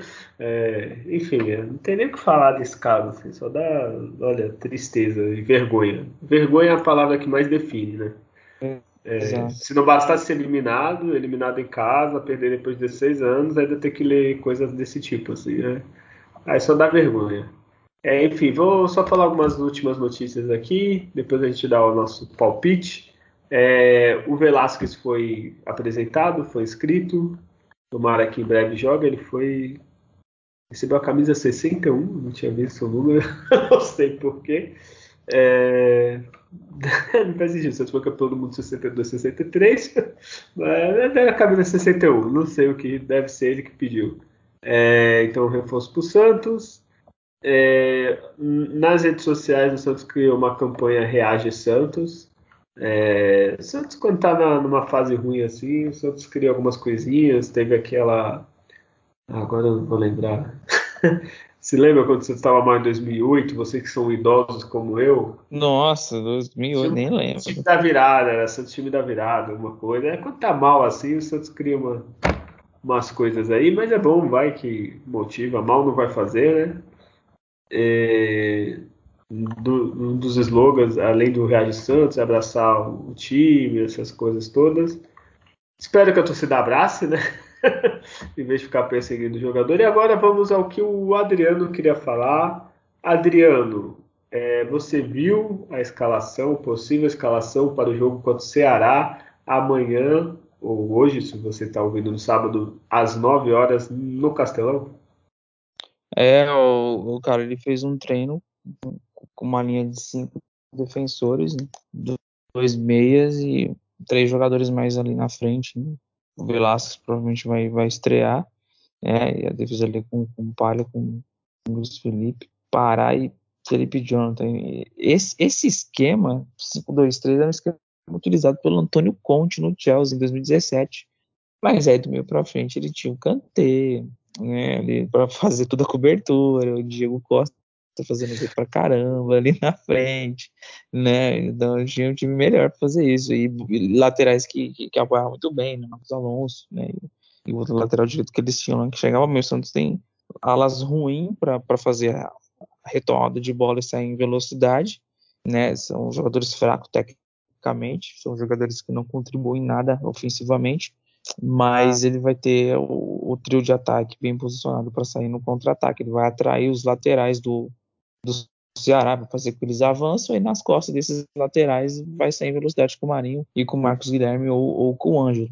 É, enfim, é, não tem nem o que falar desse caso, assim, só dá, olha, tristeza e vergonha. Vergonha é a palavra que mais define, né? É, exato. se não bastasse ser eliminado, eliminado em casa, perder depois de dezesseis anos, ainda ter que ler coisas desse tipo, assim, né? Aí só dá vergonha. É, enfim, vou só falar algumas últimas notícias aqui, depois a gente dá o nosso palpite. É, o Velasquez foi apresentado, foi inscrito, tomara que em breve jogue. Ele foi. Recebeu a camisa sessenta e um, não tinha visto o número, não sei porquê. É... Não faz sentido, se for campeão do mundo sessenta e dois, sessenta e três, mas é a camisa sessenta e um, não sei o que, deve ser ele que pediu. É, então, reforço para o Santos. É, nas redes sociais, o Santos criou uma campanha Reage Santos. É, o Santos, quando tá na- numa fase ruim assim, o Santos cria algumas coisinhas. Teve aquela. ah, Agora eu não vou lembrar. Se lembra quando você estava mal em dois mil e oito? Vocês que são idosos como eu, Nossa, dois mil e oito, tinha nem um time lembro. da virada, era Santos time da virada, alguma coisa. É, quando tá mal assim, o Santos cria uma- umas coisas aí, mas é bom, vai que motiva. Mal não vai fazer, né? É, do- um dos slogans, além do Real de Santos, é abraçar o time, essas coisas todas. Espero que a torcida abrace, né? Em vez de ficar perseguindo o jogador. E agora vamos ao que o Adriano queria falar. Adriano, é, você viu a escalação, possível escalação para o jogo contra o Ceará amanhã, ou hoje, se você está ouvindo no sábado, às nove horas, no Castelão? É, o, o cara ele fez um treino com uma linha de cinco defensores, né? Dois meias e três jogadores mais ali na frente, né? O Velasquez provavelmente vai, vai estrear, é, e a defesa ali com, com Palha, com, com Luiz Felipe, Pará e Felipe Jonathan. E Esse, esse esquema, cinco dois três, era um esquema utilizado pelo Antônio Conte no Chelsea em dois mil e dezessete. Mas aí do meio pra frente ele tinha o Kanté, né, ali para fazer toda a cobertura, o Diego Costa fazendo gol pra caramba ali na frente, né? Então tinha um time melhor para fazer isso. E, e laterais que, que, que apoiavam muito bem, né? Marcos Alonso, né? E o outro lateral direito que eles tinham lá, que chegava meio. O Santos tem alas ruins para fazer a retomada de bola e sair em velocidade, né? São jogadores fracos tecnicamente, são jogadores que não contribuem nada ofensivamente, mas ele vai ter o, o trio de ataque bem posicionado para sair no contra-ataque. Ele vai atrair os laterais do, do Ceará para fazer com que eles avançam, e nas costas desses laterais vai sair em velocidade com o Marinho e com o Marcos Guilherme ou, ou com o Ângelo.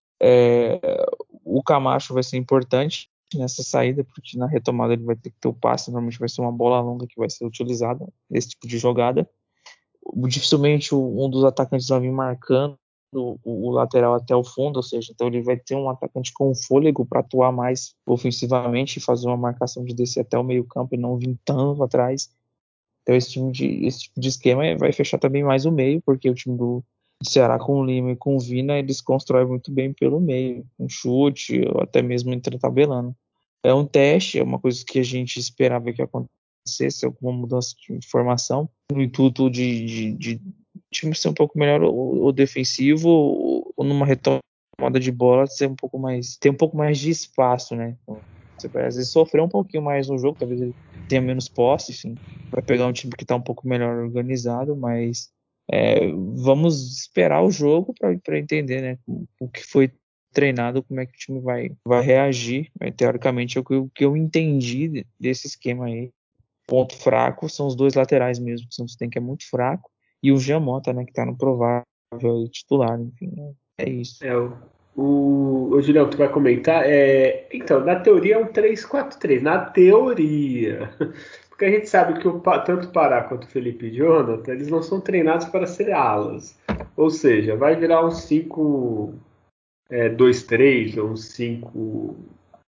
É, o Camacho vai ser importante nessa saída, porque na retomada ele vai ter que ter o passe, normalmente vai ser uma bola longa que vai ser utilizada nesse tipo de jogada. Dificilmente um dos atacantes vai vir marcando o, o, lateral até o fundo, ou seja, então ele vai ter um atacante com fôlego para atuar mais ofensivamente e fazer uma marcação de descer até o meio campo e não vir tanto atrás. Então esse, time de, esse tipo de esquema vai fechar também mais o meio, porque o time do Ceará com o Lima e com o Vina, eles constroem muito bem pelo meio, um chute, ou até mesmo entretabelando. É um teste, é uma coisa que a gente esperava que acontecesse, alguma mudança de formação, no intuito de, de, de time ser um pouco melhor o, o defensivo, ou, ou numa retomada de bola ser um pouco mais, ter um pouco mais de espaço, né? Você vai às vezes sofrer um pouquinho mais no jogo, talvez ele tenha menos posse, enfim, vai pegar um time que está um pouco melhor organizado, mas é, vamos esperar o jogo para entender, né, o, o que foi treinado, como é que o time vai, vai reagir. Mas, teoricamente, é o que, eu, o que eu entendi desse esquema aí. Ponto fraco são os dois laterais mesmo, que o Santos tem, que é muito fraco, e o Jean Mota, né, que está no provável titular, enfim, é isso. É, o, o, o Julião, tu vai comentar? É, então, na teoria é um três quatro três, na teoria. Porque a gente sabe que o, Pa- tanto o Pará quanto o Felipe e Jonathan, eles não são treinados para ser alas. Ou seja, vai virar um cinco dois três ou um cinco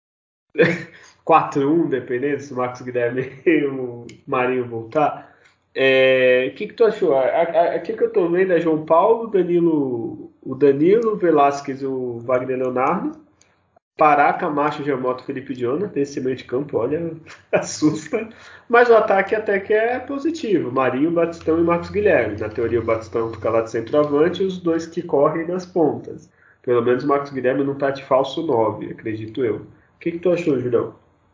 quatro um, dependendo se o Marcos Guilherme e o Marinho voltar. É, o que, que tu achou? A- a- Aqui que eu tô vendo é João Paulo, Danilo, o Danilo, Velasquez, o Wagner Leonardo, Pará, Camacho, Giamotto, Felipe Jonathan. Esse meio de campo, olha, assusta. Mas o ataque até que é positivo. Marinho, Batistão e Marcos Guilherme. Na teoria, o Batistão fica lá de centroavante e os dois que correm nas pontas. Pelo menos o Marcos Guilherme não tá de falso nove, acredito eu. O que, que tu achou, Julião?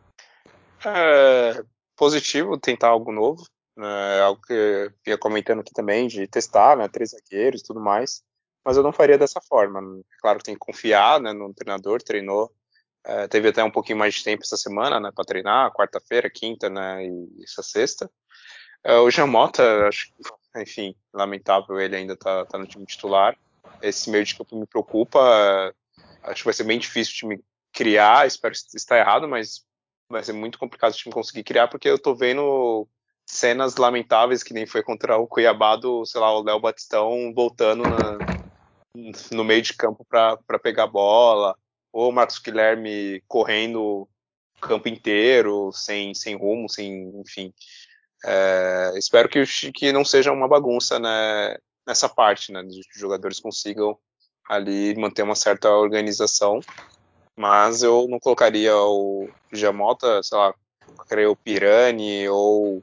É positivo tentar algo novo, né? É algo que eu ia comentando aqui também, de testar, né? Três zagueiros e tudo mais. Mas eu não faria dessa forma. É claro que tem que confiar, né, no treinador, treinou. É, teve até um pouquinho mais de tempo essa semana, né, para treinar, quarta-feira, quinta, né, e essa sexta. É, o Jean Mota, acho que, enfim, lamentável, ele ainda tá, tá no time titular. Esse meio de campo me preocupa. Acho que vai ser bem difícil o time criar, espero estar errado, mas vai ser muito complicado o time conseguir criar, porque eu tô vendo cenas lamentáveis, que nem foi contra o Cuiabá, do, sei lá, o Léo Batistão voltando na, no meio de campo para pegar a bola, ou o Marcos Guilherme correndo o campo inteiro, sem, sem rumo, sem, enfim. É, espero que, que não seja uma bagunça, né, nessa parte, né, de que os jogadores consigam ali manter uma certa organização, mas eu não colocaria o Jamota, sei lá, colocaria o Pirani ou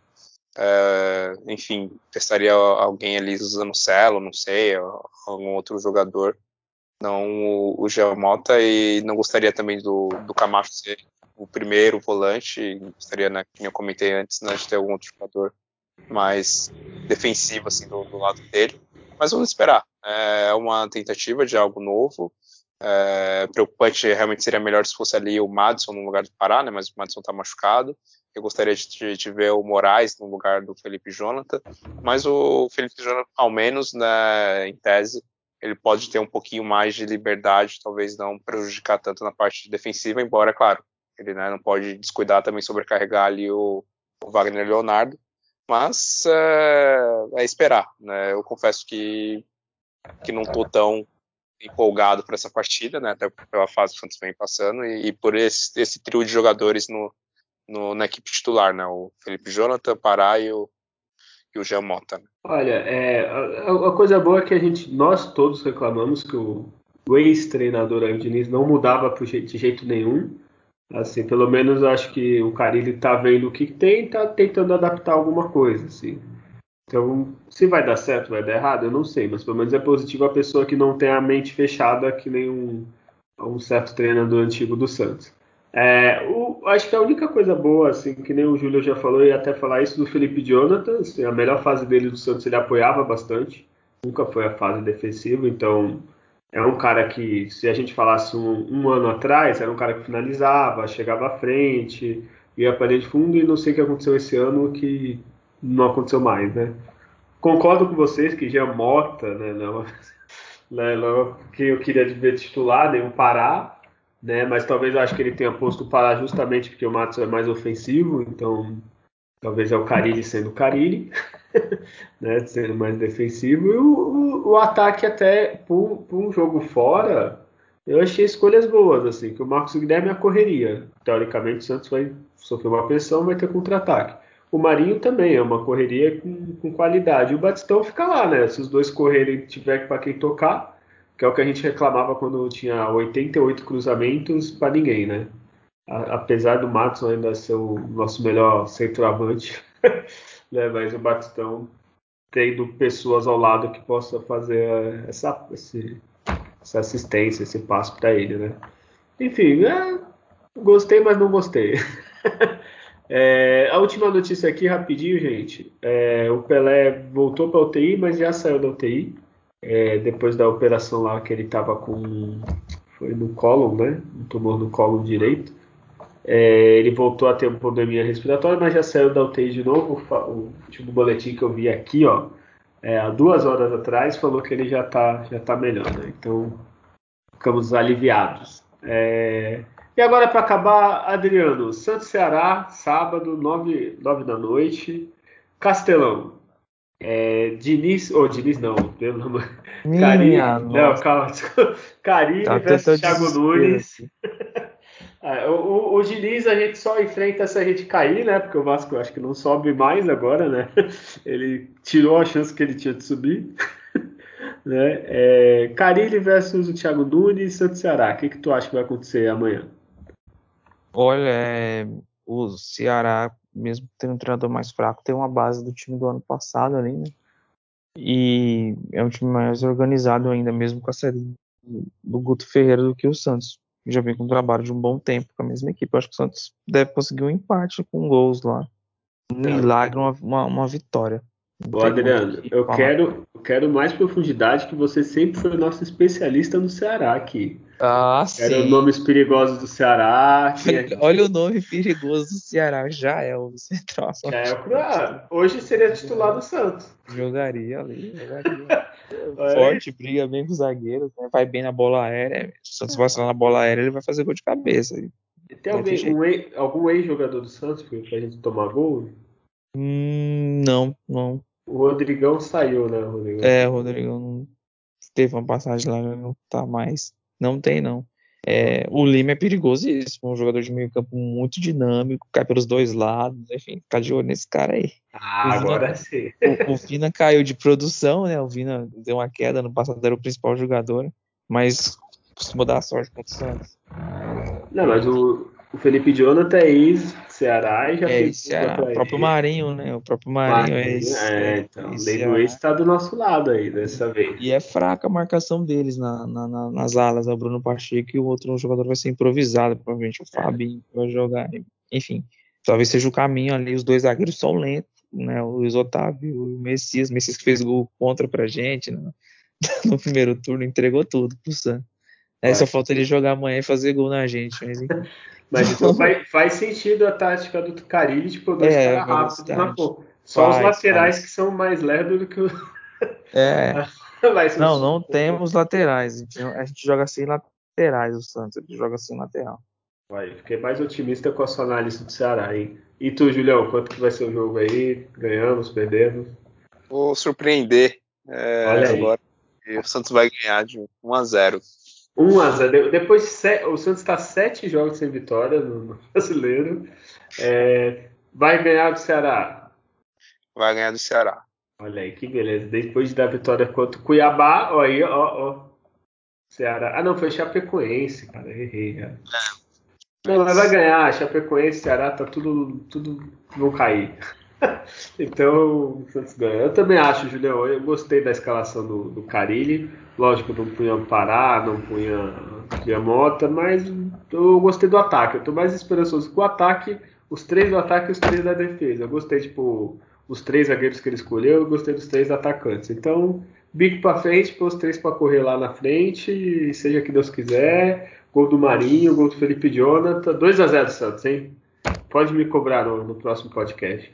é, enfim, testaria alguém ali usando o Celo, não sei, algum outro jogador, não o, o Jamota, e não gostaria também do, do Camacho ser o primeiro volante, gostaria, né, como eu comentei antes, né, de ter algum outro jogador mais defensivo assim do, do lado dele, mas vamos esperar, é uma tentativa de algo novo. É, preocupante realmente seria melhor se fosse ali o Madison no lugar do Pará, né, mas o Madison tá machucado. Eu gostaria de, de, de ver o Moraes no lugar do Felipe Jonathan, mas o Felipe Jonathan, ao menos, né, em tese, ele pode ter um pouquinho mais de liberdade, talvez não prejudicar tanto na parte defensiva, embora, claro, ele, né, não pode descuidar também, sobrecarregar ali o, o Wagner Leonardo, mas é, é esperar, né? Eu confesso que, que não estou tão empolgado por essa partida, né, até pela fase que o Santos vem passando, e, e por esse, esse trio de jogadores no, no, na equipe titular, né, o Felipe Jonathan, Pará e o, e o Jean Mota. Né? Olha, é, a, a coisa boa é que a gente, nós todos reclamamos que o, o ex-treinador Hernando Diniz não mudava pro jeito, de jeito nenhum. Assim, pelo menos eu acho que o Carille tá vendo o que tem e tá tentando adaptar alguma coisa, assim. Então, se vai dar certo, vai dar errado, eu não sei, mas pelo menos é positivo a pessoa que não tem a mente fechada que nem um, um certo treinador antigo do Santos. É, o, acho que a única coisa boa, assim, que nem o Júlio já falou, e até falar isso do Felipe Jonathan, assim, a melhor fase dele do Santos ele apoiava bastante, nunca foi a fase defensiva, então é um cara que, se a gente falasse um, um ano atrás, era um cara que finalizava, chegava à frente, ia para a linha de fundo, e não sei o que aconteceu esse ano que não aconteceu mais, né? Concordo com vocês que já Mota, né, não, né, não que eu queria ver titular, nem o Pará, né, mas talvez eu acho que ele tenha posto o Pará justamente porque o Matos é mais ofensivo, então talvez é o Carille sendo o Carille, né, sendo mais defensivo, e o, o, o ataque até, por, por um jogo fora, eu achei escolhas boas, assim, que o Marcos Guilherme é a correria. Teoricamente o Santos vai sofrer uma pressão, vai ter contra-ataque. O Marinho também é uma correria com, com qualidade. E o Batistão fica lá, né? Se os dois correrem e tiver para quem tocar, que é o que a gente reclamava quando tinha oitenta e oito cruzamentos para ninguém, né? A, apesar do Matos ainda ser o nosso melhor centroavante, né? Mas o Batistão tendo pessoas ao lado que possa fazer essa, esse, essa assistência, esse passo para ele, né? Enfim, é, gostei, mas não gostei. É, a última notícia aqui, rapidinho, gente. É, o Pelé voltou para a U T I, mas já saiu da U T I. É, depois da operação lá que ele estava com. Foi no cólon, né? Um tumor no cólon direito. É, ele voltou a ter um probleminha respiratório, mas já saiu da U T I de novo. O último boletim que eu vi aqui, ó, é, há duas horas atrás, falou que ele já está já tá melhor, né? Então, ficamos aliviados. É, e agora, para acabar, Adriano, Santos Ceará, sábado, nove, nove da noite, Castelão. É, Diniz, ou oh, Diniz não, pelo amor. Minha Cari, não, nossa, calma, Carilli tá tentando versus Thiago desespero Nunes. aqui. É, o, o, o Diniz a gente só enfrenta se a gente cair, né? Porque o Vasco eu acho que não sobe mais agora, né? Ele tirou a chance que ele tinha de subir. Né? É, Carille versus o Thiago Nunes e Santos Ceará. O que, que tu acha que vai acontecer amanhã? Olha, é, o Ceará, mesmo tendo um treinador mais fraco, tem uma base do time do ano passado ali, né? E é um time mais organizado ainda, mesmo com a saída do, do Guto Ferreira do que o Santos. Já vem com um trabalho de um bom tempo com a mesma equipe. Eu acho que o Santos deve conseguir um empate com gols lá. Um Não. milagre, uma, uma, uma vitória. Não Ô tem muito o Adriano, que eu falar. quero, eu quero mais profundidade que você sempre foi o nosso especialista no Ceará aqui. Ah, Quero sim. nomes perigosos do Ceará, que a Olha, gente olha o nome perigoso do Ceará. Já é o já é centroavante. o ah, hoje seria titular do Santos. Jogaria ali, jogaria. Olha Forte, briga bem com os zagueiros, né? Vai bem na bola aérea. Se o Santos vacilar na bola aérea, ele vai fazer gol de cabeça. tem Vai ter alguém, jeito. um ex, algum ex-jogador do Santos pra pra gente tomar gol? Hum, não, não. O Rodrigão saiu, né? O Rodrigão É, saiu. o Rodrigo não teve uma passagem lá, já não tá mais. Não tem, não. É, o Lima é perigosíssimo, um jogador de meio campo muito dinâmico, cai pelos dois lados, enfim, ficar de olho nesse cara aí. O Ah, Vina, agora sim. o, o Vina caiu de produção, né? O Vina deu uma queda, no passado era o principal jogador, mas costuma dar sorte contra o Santos. Não, mas o, o Felipe Jonathan é ex-Ceará e já É fez esse dupla Ceará, com o próprio ele. Marinho, né? O próprio Marinho é Marinho, esse, é, é, então, esse lei do ex Ceará. está do nosso lado aí dessa vez. E é fraca a marcação deles na, na- na- nas alas, é o Bruno Pacheco e o outro jogador vai ser improvisado, provavelmente o Fabinho que vai jogar. Enfim, talvez seja o caminho ali, os dois zagueiros são lentos, né? O Luiz Otávio e o Messias, o Messias que fez gol contra pra gente, né? No primeiro turno, entregou tudo pro Santos. Aí só Vai. falta ele jogar amanhã e fazer gol na gente, mas enfim. Mas então faz, faz sentido a tática do Carille de pôr dois É, caras rápidos na velocidade. ponta. Só os Faz, laterais que faz. são mais lerdos do que o. É, Vai ser não, um... não temos laterais. A gente, a gente joga sem laterais, o Santos. A gente joga sem lateral. Vai, fiquei mais otimista com a sua análise do Ceará, hein? E tu, Julião, quanto que vai ser o jogo aí? Ganhamos, perdemos? Vou surpreender é, Olha aí. agora. E o Santos vai ganhar de um a zero. um a zero. Depois de sete, o Santos está sete jogos sem vitória no, no brasileiro. É, vai ganhar do Ceará. Vai ganhar do Ceará. Olha aí, que beleza. Depois da vitória contra o Cuiabá, ó aí, ó, ó. Ceará. Ah, não, foi Chapecoense, cara. Errei, cara. Não, mas vai Mas ganhar. Chapecoense, Ceará, tá tudo, tudo vão cair. Então, o Santos ganha. Eu também acho, Julião. Eu gostei da escalação do, do Carille. Lógico, não punha Pará, não punha Giamota, mas eu gostei do ataque. Eu tô mais esperançoso com o ataque, os três do ataque e os três da defesa. Eu gostei, tipo, os três zagueiros que ele escolheu, eu gostei dos três atacantes. Então, bico pra frente, pôr os três pra correr lá na frente, e seja que Deus quiser. Gol do Marinho, gol do Felipe Jonathan. dois a zero Santos, hein? Pode me cobrar no, no próximo podcast.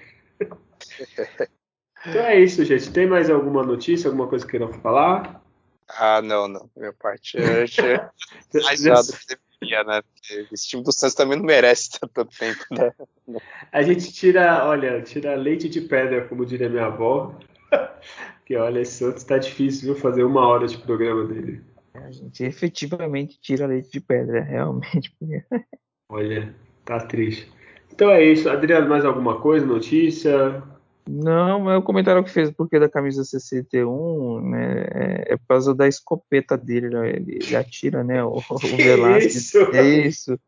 Então é isso, gente. Tem mais alguma notícia, alguma coisa que queiram falar? Ah, não, não. Minha parte é mais Já- já do que deveria, né? Porque esse time do Santos também não merece tanto tempo, né? A gente tira, olha, tira leite de pedra, como diria minha avó. Que olha, esse Santos tá difícil, viu? Fazer uma hora de programa dele. A gente efetivamente tira leite de pedra, realmente. porque- Olha, tá triste. Então é isso. Adriano, mais alguma coisa? Notícia? Não, é o comentário que fez porque da camisa sessenta e um, né? É, é por causa da escopeta dele, né, ele, ele atira, né? O, o Que Velasquez. isso? É isso.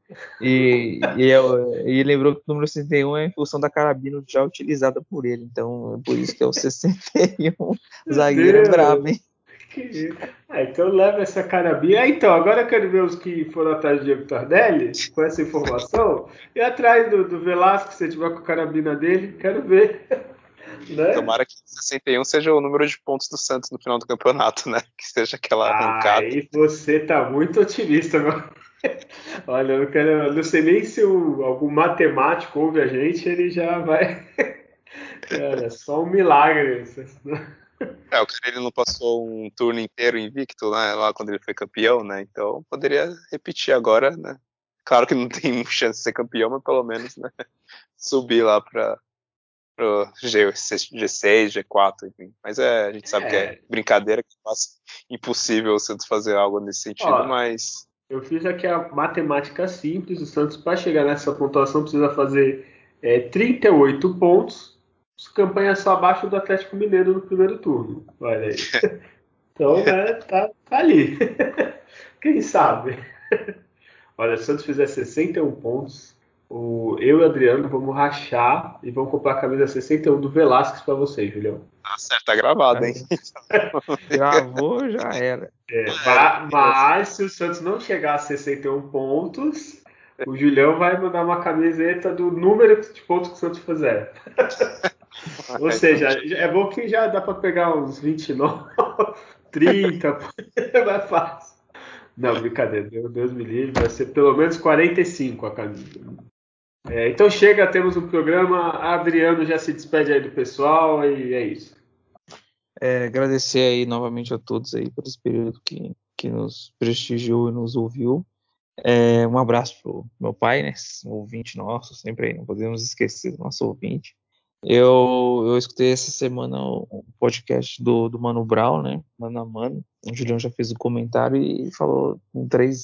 E, e, é o- e lembrou que o número sessenta e um é em função da carabina já utilizada por ele. Então, é por isso que é o sessenta e um. O Meu zagueiro é brabo, Deus. hein? Que isso. Ah, então leva essa carabina. Ah, então, agora eu quero ver os que foram atrás do Diego Tardelli, com essa informação, e atrás do, do Velasco, se tiver com a carabina dele, quero ver. Né? Tomara que sessenta e um seja o número de pontos do Santos no final do campeonato, né? Que seja aquela arrancada. Aí você tá muito otimista, meu. Olha, eu não, quero, eu não sei nem se o, algum matemático ouve a gente, ele já vai. Olha, só um milagre. É, o cara ele não passou um turno inteiro invicto, né? Lá quando ele foi campeão, né? Então poderia repetir agora, né? Claro que não tem chance de ser campeão, mas pelo menos, né? Subir lá para o G seis, G quatro, enfim. Mas é, a gente sabe que é É, brincadeira, que é quase impossível o Santos fazer algo nesse sentido, ó, mas eu fiz aqui a matemática simples. O Santos, para chegar nessa pontuação, precisa fazer é, trinta e oito pontos. Campanha só abaixo do Atlético Mineiro no primeiro turno. Olha aí. Então, né, tá, tá ali. Quem sabe? Olha, se o Santos fizer sessenta e um pontos, o, eu e o Adriano vamos rachar e vamos comprar a camisa sessenta e um do Velasquez para vocês, Julião. tá certo, tá gravado, hein? Aí, gravou, já era. É, É, va- mas se o Santos não chegar a sessenta e um pontos, o Julião vai mandar uma camiseta do número de pontos que o Santos fizer. Ou então, seja, é bom que já dá para pegar uns vinte e nove, trinta, vai fácil. Não, brincadeira, Deus, Deus me livre, vai ser pelo menos quarenta e cinco a camisa. É, então chega, temos um programa, Adriano já se despede aí do pessoal e é isso. É, agradecer aí novamente a todos aí por esse período que, que nos prestigiou e nos ouviu. É, um abraço pro meu pai, né? Um ouvinte nosso, sempre aí, não podemos esquecer do nosso ouvinte. Eu, eu escutei essa semana o podcast do, do Mano Brown, né? Mano a Mano. O Julião já fez o comentário e falou com três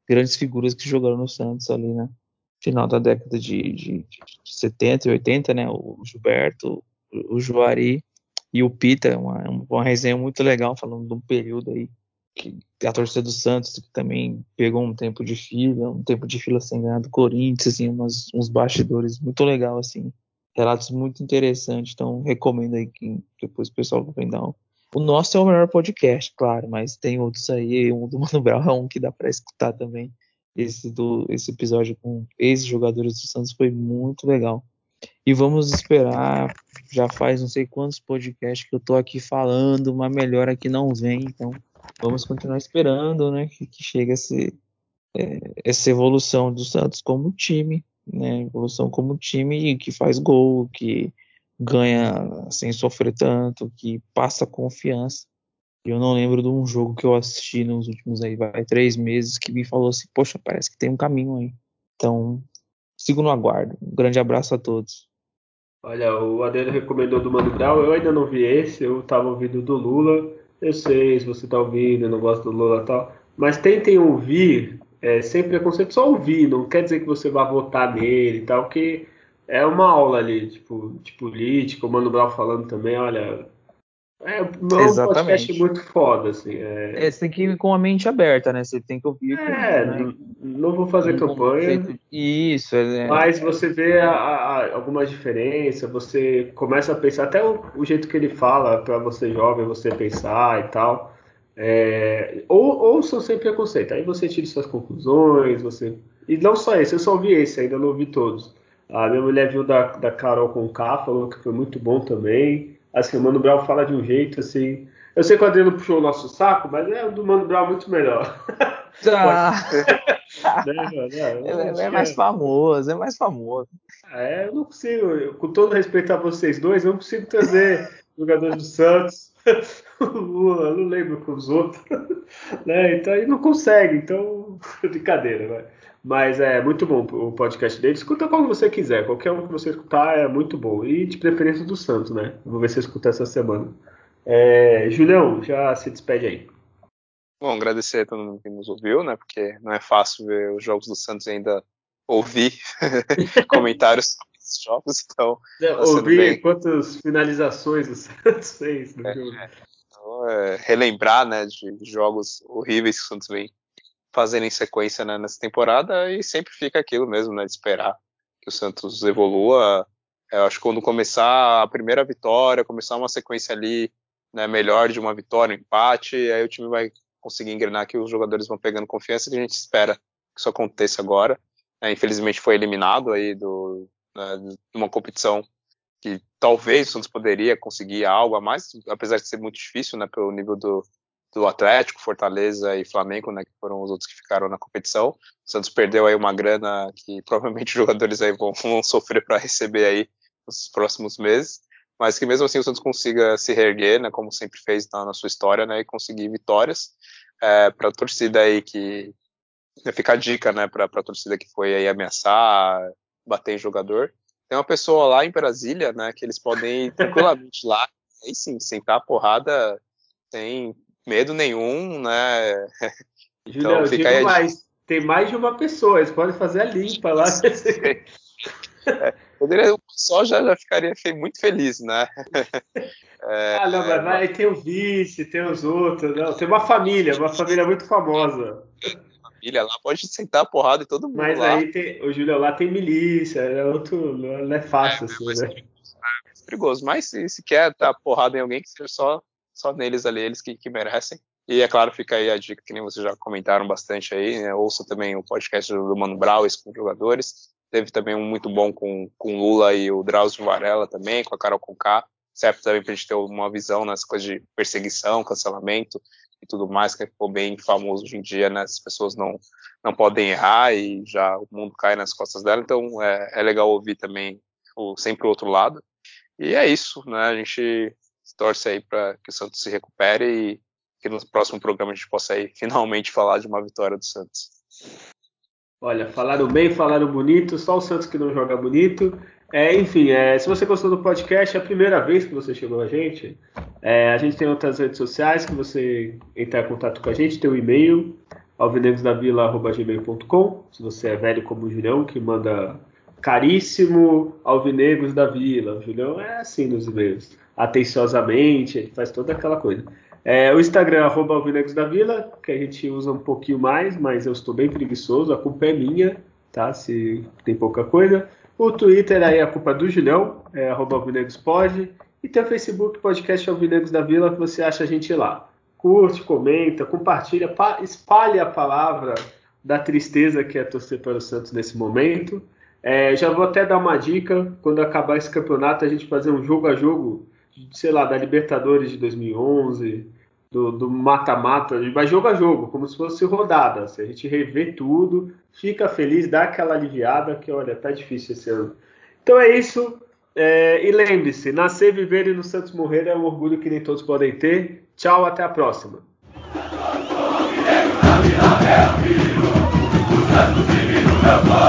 grandes figuras que jogaram no Santos ali, né? Final da década de, de, de setenta e oitenta, né? O Gilberto, o, o Juari e o Pita, uma, uma resenha muito legal, falando de um período aí que a torcida do Santos que também pegou um tempo de fila, um tempo de fila sem ganhar do Corinthians, assim, umas, uns bastidores muito legal, assim, relatos muito interessantes, então recomendo aí que depois o pessoal vai dar um. O nosso é o melhor podcast, claro, mas tem outros aí, um do Mano Brown é um que dá para escutar também. Esse, do, esse episódio com ex-jogadores do Santos foi muito legal. E vamos esperar, já faz não sei quantos podcasts que eu tô aqui falando, uma melhora que não vem, então vamos continuar esperando, né, que, que chegue esse, é, essa evolução do Santos como time, né, evolução como time que faz gol, que ganha sem sofrer tanto, que passa confiança. Eu não lembro de um jogo que eu assisti nos últimos aí, vai, três meses, que me falou assim, poxa, parece que tem um caminho aí. Então, sigo no aguardo. Um grande abraço a todos. Olha, o Adriano recomendou do Mano Brown, eu ainda não vi esse, eu tava ouvindo do Lula. Eu sei se você tá ouvindo, eu não gosto do Lula e tal, mas tentem ouvir, é, sem preconceito, só ouvir, não quer dizer que você vá votar nele e tal, porque é uma aula ali, tipo, de política, o Mano Brown falando também, olha, é, é um podcast Exatamente. muito foda, assim, é, É, você tem que ir com a mente aberta, né? Você tem que ouvir com, é, né, n- não vou fazer com, com o campanha. jeito. Isso, é, Mas você vê a, a, algumas diferenças, você começa a pensar, até o, o jeito que ele fala para você jovem, você pensar e tal. É, ou, ou são sem preconceito, aí você tira suas conclusões, você. E não só esse, eu só ouvi esse, ainda não ouvi todos. A minha mulher viu da, da Carol Conká, falou que foi muito bom também. Assim, o Mano Brown fala de um jeito assim. Eu sei que o Adriano puxou o nosso saco, mas é o do Mano Brown muito melhor. Pode, tá. né, mano? É, É, acho é que mais é. famoso, é mais famoso. É, eu não consigo, eu- com todo respeito a vocês dois, eu não consigo trazer jogadores do Santos, o Lula, eu não lembro com os outros, né? Então ele não consegue, então brincadeira, né? Mas é muito bom o podcast dele. Escuta quando você quiser, qualquer um que você escutar é muito bom. E de preferência do Santos, né? Vou ver se eu escuto essa semana. É, Julião, já se despede aí. Bom, agradecer a todo mundo que nos ouviu, né? Porque não é fácil ver os jogos do Santos e ainda ouvir comentários sobre esses jogos, então Eu tá sendo ouvi bem quantas finalizações o Santos fez no jogo. então, é, relembrar, né, de jogos horríveis que o Santos vem fazendo em sequência, né, nessa temporada e sempre fica aquilo mesmo, né, de esperar que o Santos evolua. Eu acho que quando começar a primeira vitória, começar uma sequência ali, né, melhor de uma vitória, um empate, aí o time vai conseguir engrenar que os jogadores vão pegando confiança, que a gente espera que isso aconteça agora. É, infelizmente foi eliminado aí do, né, de uma competição que talvez o Santos poderia conseguir algo a mais, apesar de ser muito difícil, né, pelo nível do, do Atlético, Fortaleza e Flamengo, né, que foram os outros que ficaram na competição. O Santos perdeu aí uma grana que provavelmente os jogadores aí vão, vão sofrer para receber aí nos próximos meses, mas que mesmo assim o Santos consiga se reerguer, né, como sempre fez na, na sua história, né, e conseguir vitórias é, para a torcida aí que fica a dica, né, para a torcida que foi aí ameaçar, bater em jogador. Tem uma pessoa lá em Brasília, né, que eles podem ir tranquilamente lá, aí sim, sentar a porrada sem medo nenhum, né? Julião, Então eu fica aí digo a dica. mais, tem mais de uma pessoa, eles podem fazer a limpa lá. É, poderia, o pessoal já, já ficaria fe- muito feliz, né? É, Ah, não, mas mas vai, tem o vice, tem os outros, não, tem uma família, uma família muito famosa. a família lá pode sentar a porrada em todo mundo Mas lá. aí tem, o Julião lá tem milícia, é outro, não é fácil É assim, mais né? perigoso, né? Mais perigoso. Mas se, se quer dar porrada em alguém, que seja só, só neles ali, eles que, que merecem. E é claro, fica aí a dica que nem vocês já comentaram bastante aí, né? Ouça também o podcast do Mano Brown, esse com jogadores. Teve também um muito bom com, com o Lula e o Drauzio Varela também, com a Carol Conká. Serve também para a gente ter uma visão nessas coisas de perseguição, cancelamento e tudo mais, que ficou bem famoso hoje em dia, né? As pessoas não, não podem errar e já o mundo cai nas costas dela. Então é, é legal ouvir também o, sempre o outro lado. E é isso, né? A gente torce aí para que o Santos se recupere e que no próximo programa a gente possa aí finalmente falar de uma vitória do Santos. Olha, falaram bem, falaram bonito, só o Santos que não joga bonito. É, enfim, é, se você gostou do podcast, é a primeira vez que você chegou a gente. É, a gente tem outras redes sociais que você entrar em contato com a gente, tem o e-mail. alvinegosdavila arroba gmail ponto com. Se você é velho como o Julião, que manda caríssimo Alvinegos da Vila. O Julião é assim nos e-mails. Atenciosamente, ele faz toda aquela coisa. É, o Instagram, arroba Alvinegos da Vila, que a gente usa um pouquinho mais, mas eu estou bem preguiçoso, a culpa é minha, tá? Se tem pouca coisa. O Twitter aí, a culpa é do Julião, é arroba alvinegospod. E tem o Facebook, podcast Alvinegos da Vila, que você acha a gente lá. Curte, comenta, compartilha, espalhe a palavra da tristeza que é torcer para o Santos nesse momento. É, já vou até dar uma dica, quando acabar esse campeonato, a gente fazer um jogo a jogo, sei lá, da Libertadores de dois mil e onze, do, do mata-mata, vai jogo a jogo, como se fosse rodada. Se a gente rever tudo, fica feliz, dá aquela aliviada, que olha, tá difícil esse ano. Então é isso, é, e lembre-se, nascer, viver e no Santos morrer é um orgulho que nem todos podem ter. Tchau, até a próxima. Santos